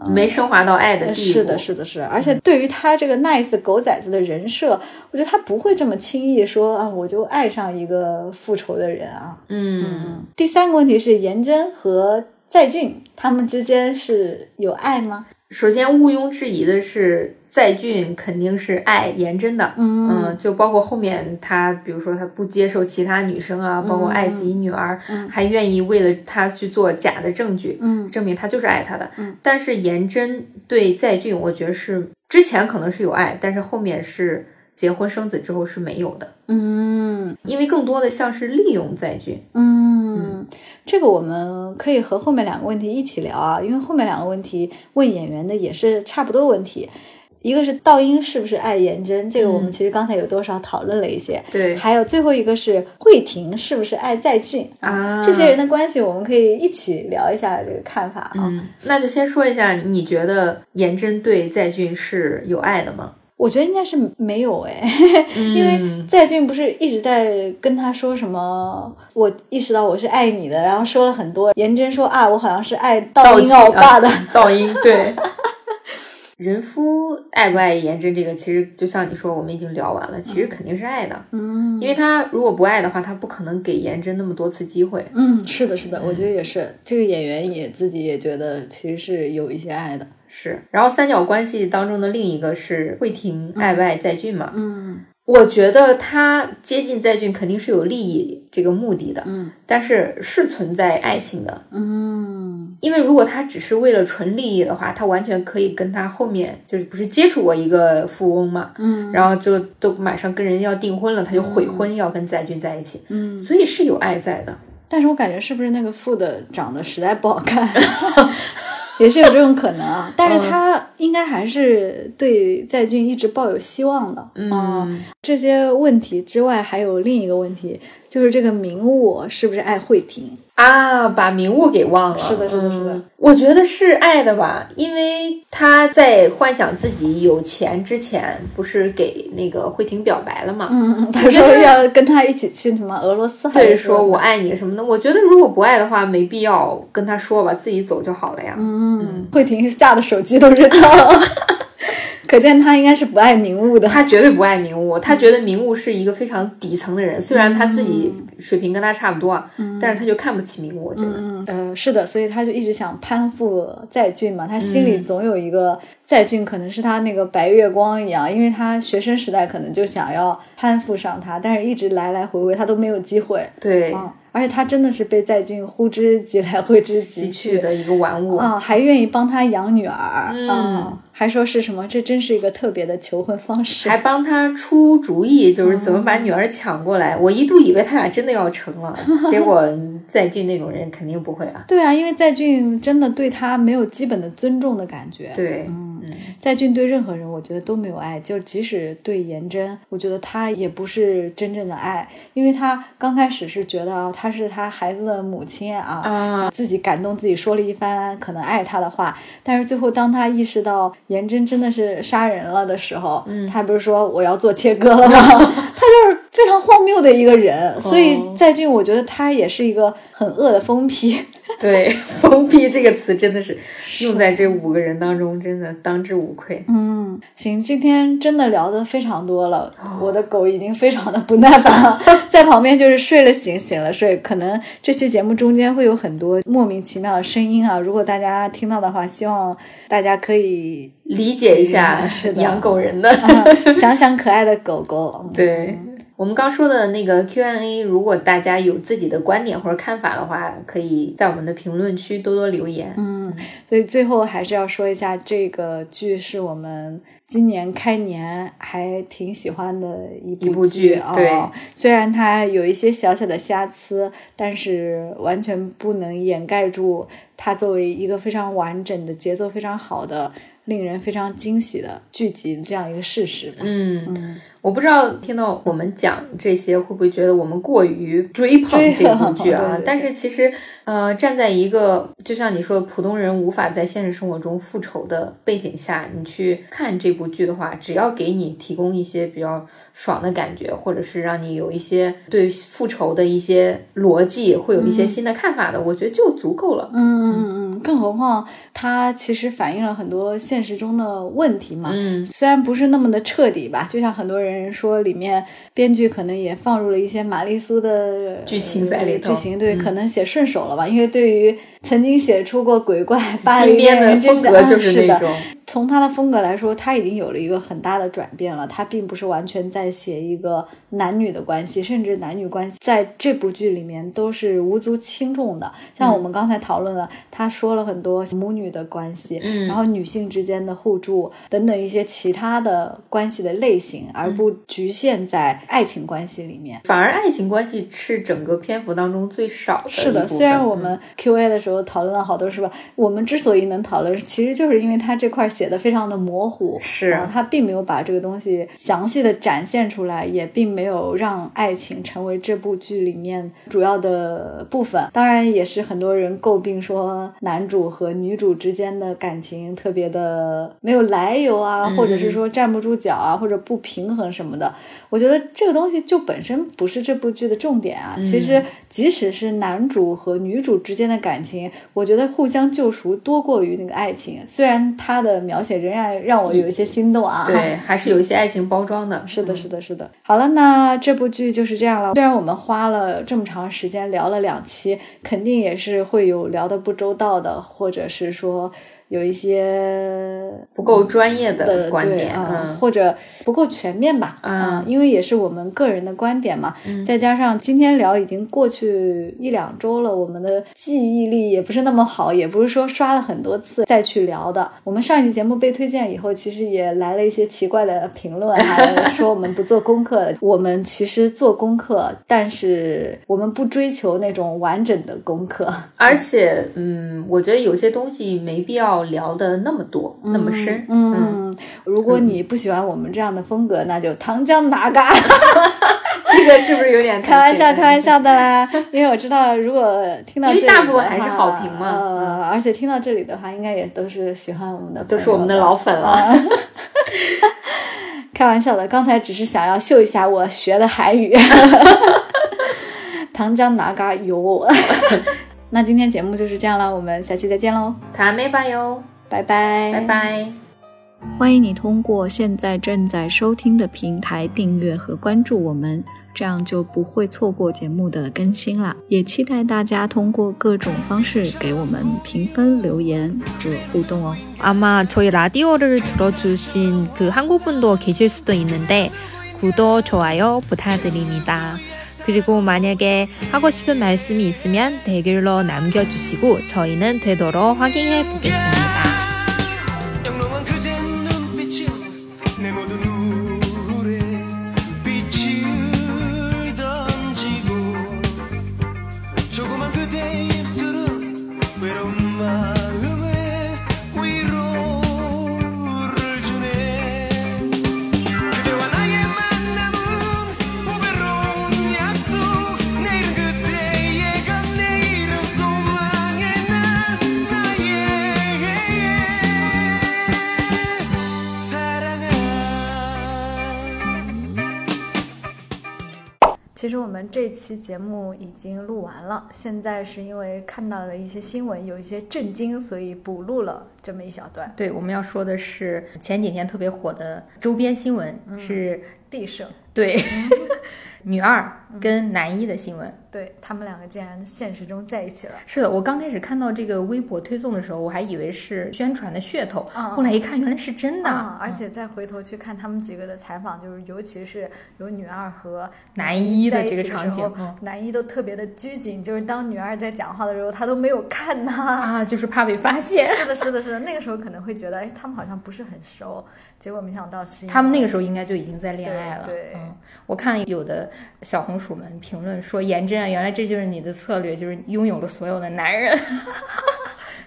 没升华到爱的地步。 是的是的是的，而且对于他这个 nice 狗崽子的人设，我觉得他不会这么轻易说啊，我就爱上一个复仇的人啊。第三个问题是颜真和在俊他们之间是有爱吗？ 首先毋庸置疑的是在俊肯定是爱颜真的，就包括后面他比如说他不接受其他女生啊，包括爱自己女儿，还愿意为了他去做假的证据，证明他就是爱他的。但是颜真对在俊我觉得是之前可能是有爱，但是后面是结婚生子之后是没有的。因为更多的像是利用在俊。 这个我们可以和后面两个问题一起聊啊，因为后面两个问题问演员的也是差不多问题。一个是道英是不是爱颜真，这个我们其实刚才有多少讨论了一些。 对， 还有最后一个是慧婷是不是爱在俊啊？这些人的关系我们可以一起聊一下这个看法啊。 那就先说一下，你觉得颜真对在俊是有爱的吗？ 我觉得应该是没有因为在俊不是一直在跟他说什么我意识到我是爱你的，然后说了很多。颜真说啊，我好像是爱道英欧巴的。 道英对。人夫爱不爱颜真这个其实就像你说我们已经聊完了，其实肯定是爱的。因为他如果不爱的话，他不可能给颜真那么多次机会。 是的是的，我觉得也是。这个演员也自己也觉得其实是有一些爱的。 是，然后三角关系当中的另一个是慧婷爱不爱在俊嘛？我觉得他接近在俊肯定是有利益这个目的的，但是存在爱情的。因为如果他只是为了纯利益的话，他完全可以跟他后面就是不是接触过一个富翁嘛，然后就都马上跟人要订婚了，他就悔婚要跟在俊在一起，所以是有爱在的。 但是我感觉是不是那个富的长得实在不好看也是有这种可能啊。但是他应该还是对在俊一直抱有希望的。这些问题之外还有另一个问题，就是这个明悟是不是爱慧婷啊？把明悟给忘了。 是的是的是的。 我觉得是爱的吧，因为他在幻想自己有钱之前不是给那个慧婷表白了吗？ 他说要跟他一起去什么俄罗斯， 对，说我爱你什么的。我觉得如果不爱的话没必要跟他说吧，自己走就好了呀。 慧婷架的手机都扔掉了可见他应该是不爱明悟的。 他绝对不爱明悟，他觉得明悟是一个非常底层的人，虽然他自己水平跟他差不多，但是他就看不起明悟，我觉得。 是的，所以他就一直想攀附在俊嘛，他心里总有一个在俊可能是他那个白月光一样，因为他学生时代可能就想要攀附上他，但是一直来来回回他都没有机会。 对。 而且他真的是被在俊呼之即来挥之即去的一个玩物还愿意帮他养女儿还说是什么这真是一个特别的求婚方式， 还帮他出主意就是怎么把女儿抢过来。我一度以为他俩真的要成了结果在俊那种人肯定不会啊。 对啊，因为在俊真的对他没有基本的尊重的感觉。 对， 在俊对任何人我觉得都没有爱，就即使对颜真我觉得他也不是真正的爱，因为他刚开始是觉得他是他孩子的母亲自己感动自己说了一番可能爱他的话，但是最后当他意识到颜真真的是杀人了的时候，他不是说我要做切割了吗他就是非常荒谬的一个人。所以在俊我觉得他也是一个很恶的疯批对，疯批这个词真的是用在这5个人当中真的当之无愧。 行，今天真的聊得非常多了，我的狗已经非常的不耐烦了在旁边就是睡了醒，醒了睡，可能这期节目中间会有很多莫名其妙的声音啊，如果大家听到的话希望大家可以理解一下养狗人的想想可爱的狗狗对，我们刚说的那个 Q&A， 如果大家有自己的观点或者看法的话，可以在我们的评论区多多留言。 所以最后还是要说一下，这个剧是我们今年开年还挺喜欢的一部剧对， 虽然它有一些小小的瑕疵，但是完全不能掩盖住它作为一个非常完整的节奏非常好的令人非常惊喜的剧集这样一个事实吧。 我不知道听到我们讲这些会不会觉得我们过于追捧这部剧啊？ 对， 但是其实站在一个就像你说的普通人无法在现实生活中复仇的背景下，你去看这部剧的话，只要给你提供一些比较爽的感觉，或者是让你有一些对复仇的一些逻辑会有一些新的看法的，我觉得就足够了。 更何况它其实反映了很多现实中的问题嘛。虽然不是那么的彻底吧，就像很多人说里面编剧可能也放入了一些玛丽苏的剧情在里头， 剧情对，可能写顺手了吧，因为对于曾经写出过鬼怪巴黎恋人风格就是那种从他的风格来说，他已经有了一个很大的转变了，他并不是完全在写一个男女的关系，甚至男女关系在这部剧里面都是无足轻重的。像我们刚才讨论了，他说了很多母女的关系，然后女性之间的互助等等一些其他的关系的类型，而不局限在爱情关系里面。 反而爱情关系是整个篇幅当中最少的一部分。 是的，虽然我们 Q&A 的时候讨论了好多是吧，我们之所以能讨论，其实就是因为他这块写的非常的模糊， 是他并没有把这个东西详细的展现出来，也并没有让爱情成为这部剧里面主要的部分。当然也是很多人诟病说男主和女主之间的感情特别的没有来由啊，或者是说站不住脚啊，或者不平衡什么的。我觉得这个东西就本身不是这部剧的重点啊。其实即使是男主和女主之间的感情，我觉得互相救赎多过于那个爱情，虽然他的描写仍然让我有一些心动啊。 对，还是有一些爱情包装的。 是的是的是的。好了，那这部剧就是这样了。虽然我们花了这么长时间聊了2期，肯定也是会有聊得不周到的，或者是说有一些不够专业的观点， 或者不够全面吧，因为也是我们个人的观点嘛，再加上今天聊已经过去1-2周了，我们的记忆力也不是那么好，也不是说刷了很多次再去聊的。我们上一期节目被推荐以后，其实也来了一些奇怪的评论啊，说我们不做功课。我们其实做功课，但是我们不追求那种完整的功课。 而且我觉得有些东西没必要聊的那么多，那么深。 如果你不喜欢我们这样的风格，那就糖浆哪嘎。 这个是不是有点开玩笑的啦？因为我知道，如果听到这里的话， 因为大部分还是好评嘛。 而且听到这里的话，应该也都是喜欢我们的， 都是我们的老粉了。 开玩笑的，刚才只是想要秀一下我学的韩语。糖浆哪嘎油。那今天节目就是这样了，我们下期再见喽。 다음에 봐요。 拜拜。 拜拜。 欢迎你通过现在正在收听的平台订阅和关注我们，这样就不会错过节目的更新啦。也期待大家通过各种方式给我们评分、留言和互动哦。 아마 저희 라디오를 들어주신 그 한국분도 계실 수도 있는데 구독, 좋아요 부탁드립니다. 그리고 만약에 하고 싶은 말씀이 있으면 댓글로 남겨주시고 저희는 되도록 확인해 보겠습니다.其实我们这期节目已经录完了，现在是因为看到了一些新闻，有一些震惊，所以补录了这么一小段。 对，我们要说的是前几天特别火的周边新闻，是地胜， 对，女二跟男一的新闻。 对，他们两个竟然现实中在一起了。 是的，我刚开始看到这个微博推送的时候，我还以为是宣传的噱头，后来一看原来是真的。 而且再回头去看他们几个的采访，就是尤其是有女二和男一的这个场景， 男一都特别的拘谨，就是当女二在讲话的时候，他都没有看他就是怕被发现。 是的，是的，是的。那个时候可能会觉得，他们好像不是很熟，结果没想到是他们那个时候应该就已经在恋爱了。 对， 我看有的小红薯们评论说，颜真啊，原来这就是你的策略，就是拥有了所有的男人。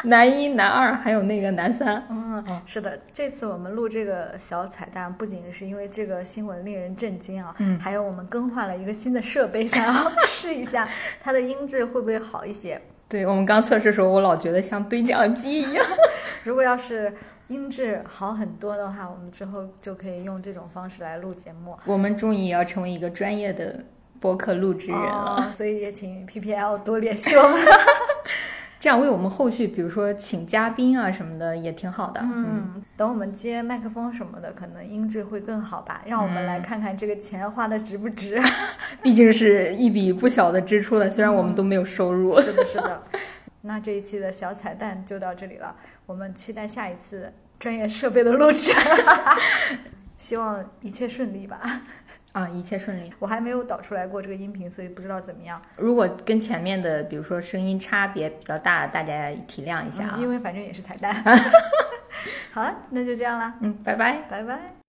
男一、男二，还有那个男三。 是的，这次我们录这个小彩蛋，不仅是因为这个新闻令人震惊啊，还有我们更换了一个新的设备，想要试一下它的音质会不会好一些。 对，我们刚测试的时候，我老觉得像对讲机一样。 如果要是音质好很多的话，我们之后就可以用这种方式来录节目。 我们终于要成为一个专业的播客录制人了， 所以也请 PPL 多联系我们。 这样为我们后续比如说请嘉宾啊什么的也挺好的。 等我们接麦克风什么的，可能音质会更好吧。让我们来看看这个钱花的值不值。 毕竟是一笔不小的支出了，虽然我们都没有收入。 是的，是的。那这一期的小彩蛋就到这里了，我们期待下一次专业设备的录制。希望一切顺利吧。 一切顺利。 我还没有导出来过这个音频，所以不知道怎么样。 如果跟前面的比如说声音差别比较大，大家体谅一下啊。 因为反正也是彩蛋。好了，那就这样啦。 拜拜。 拜拜。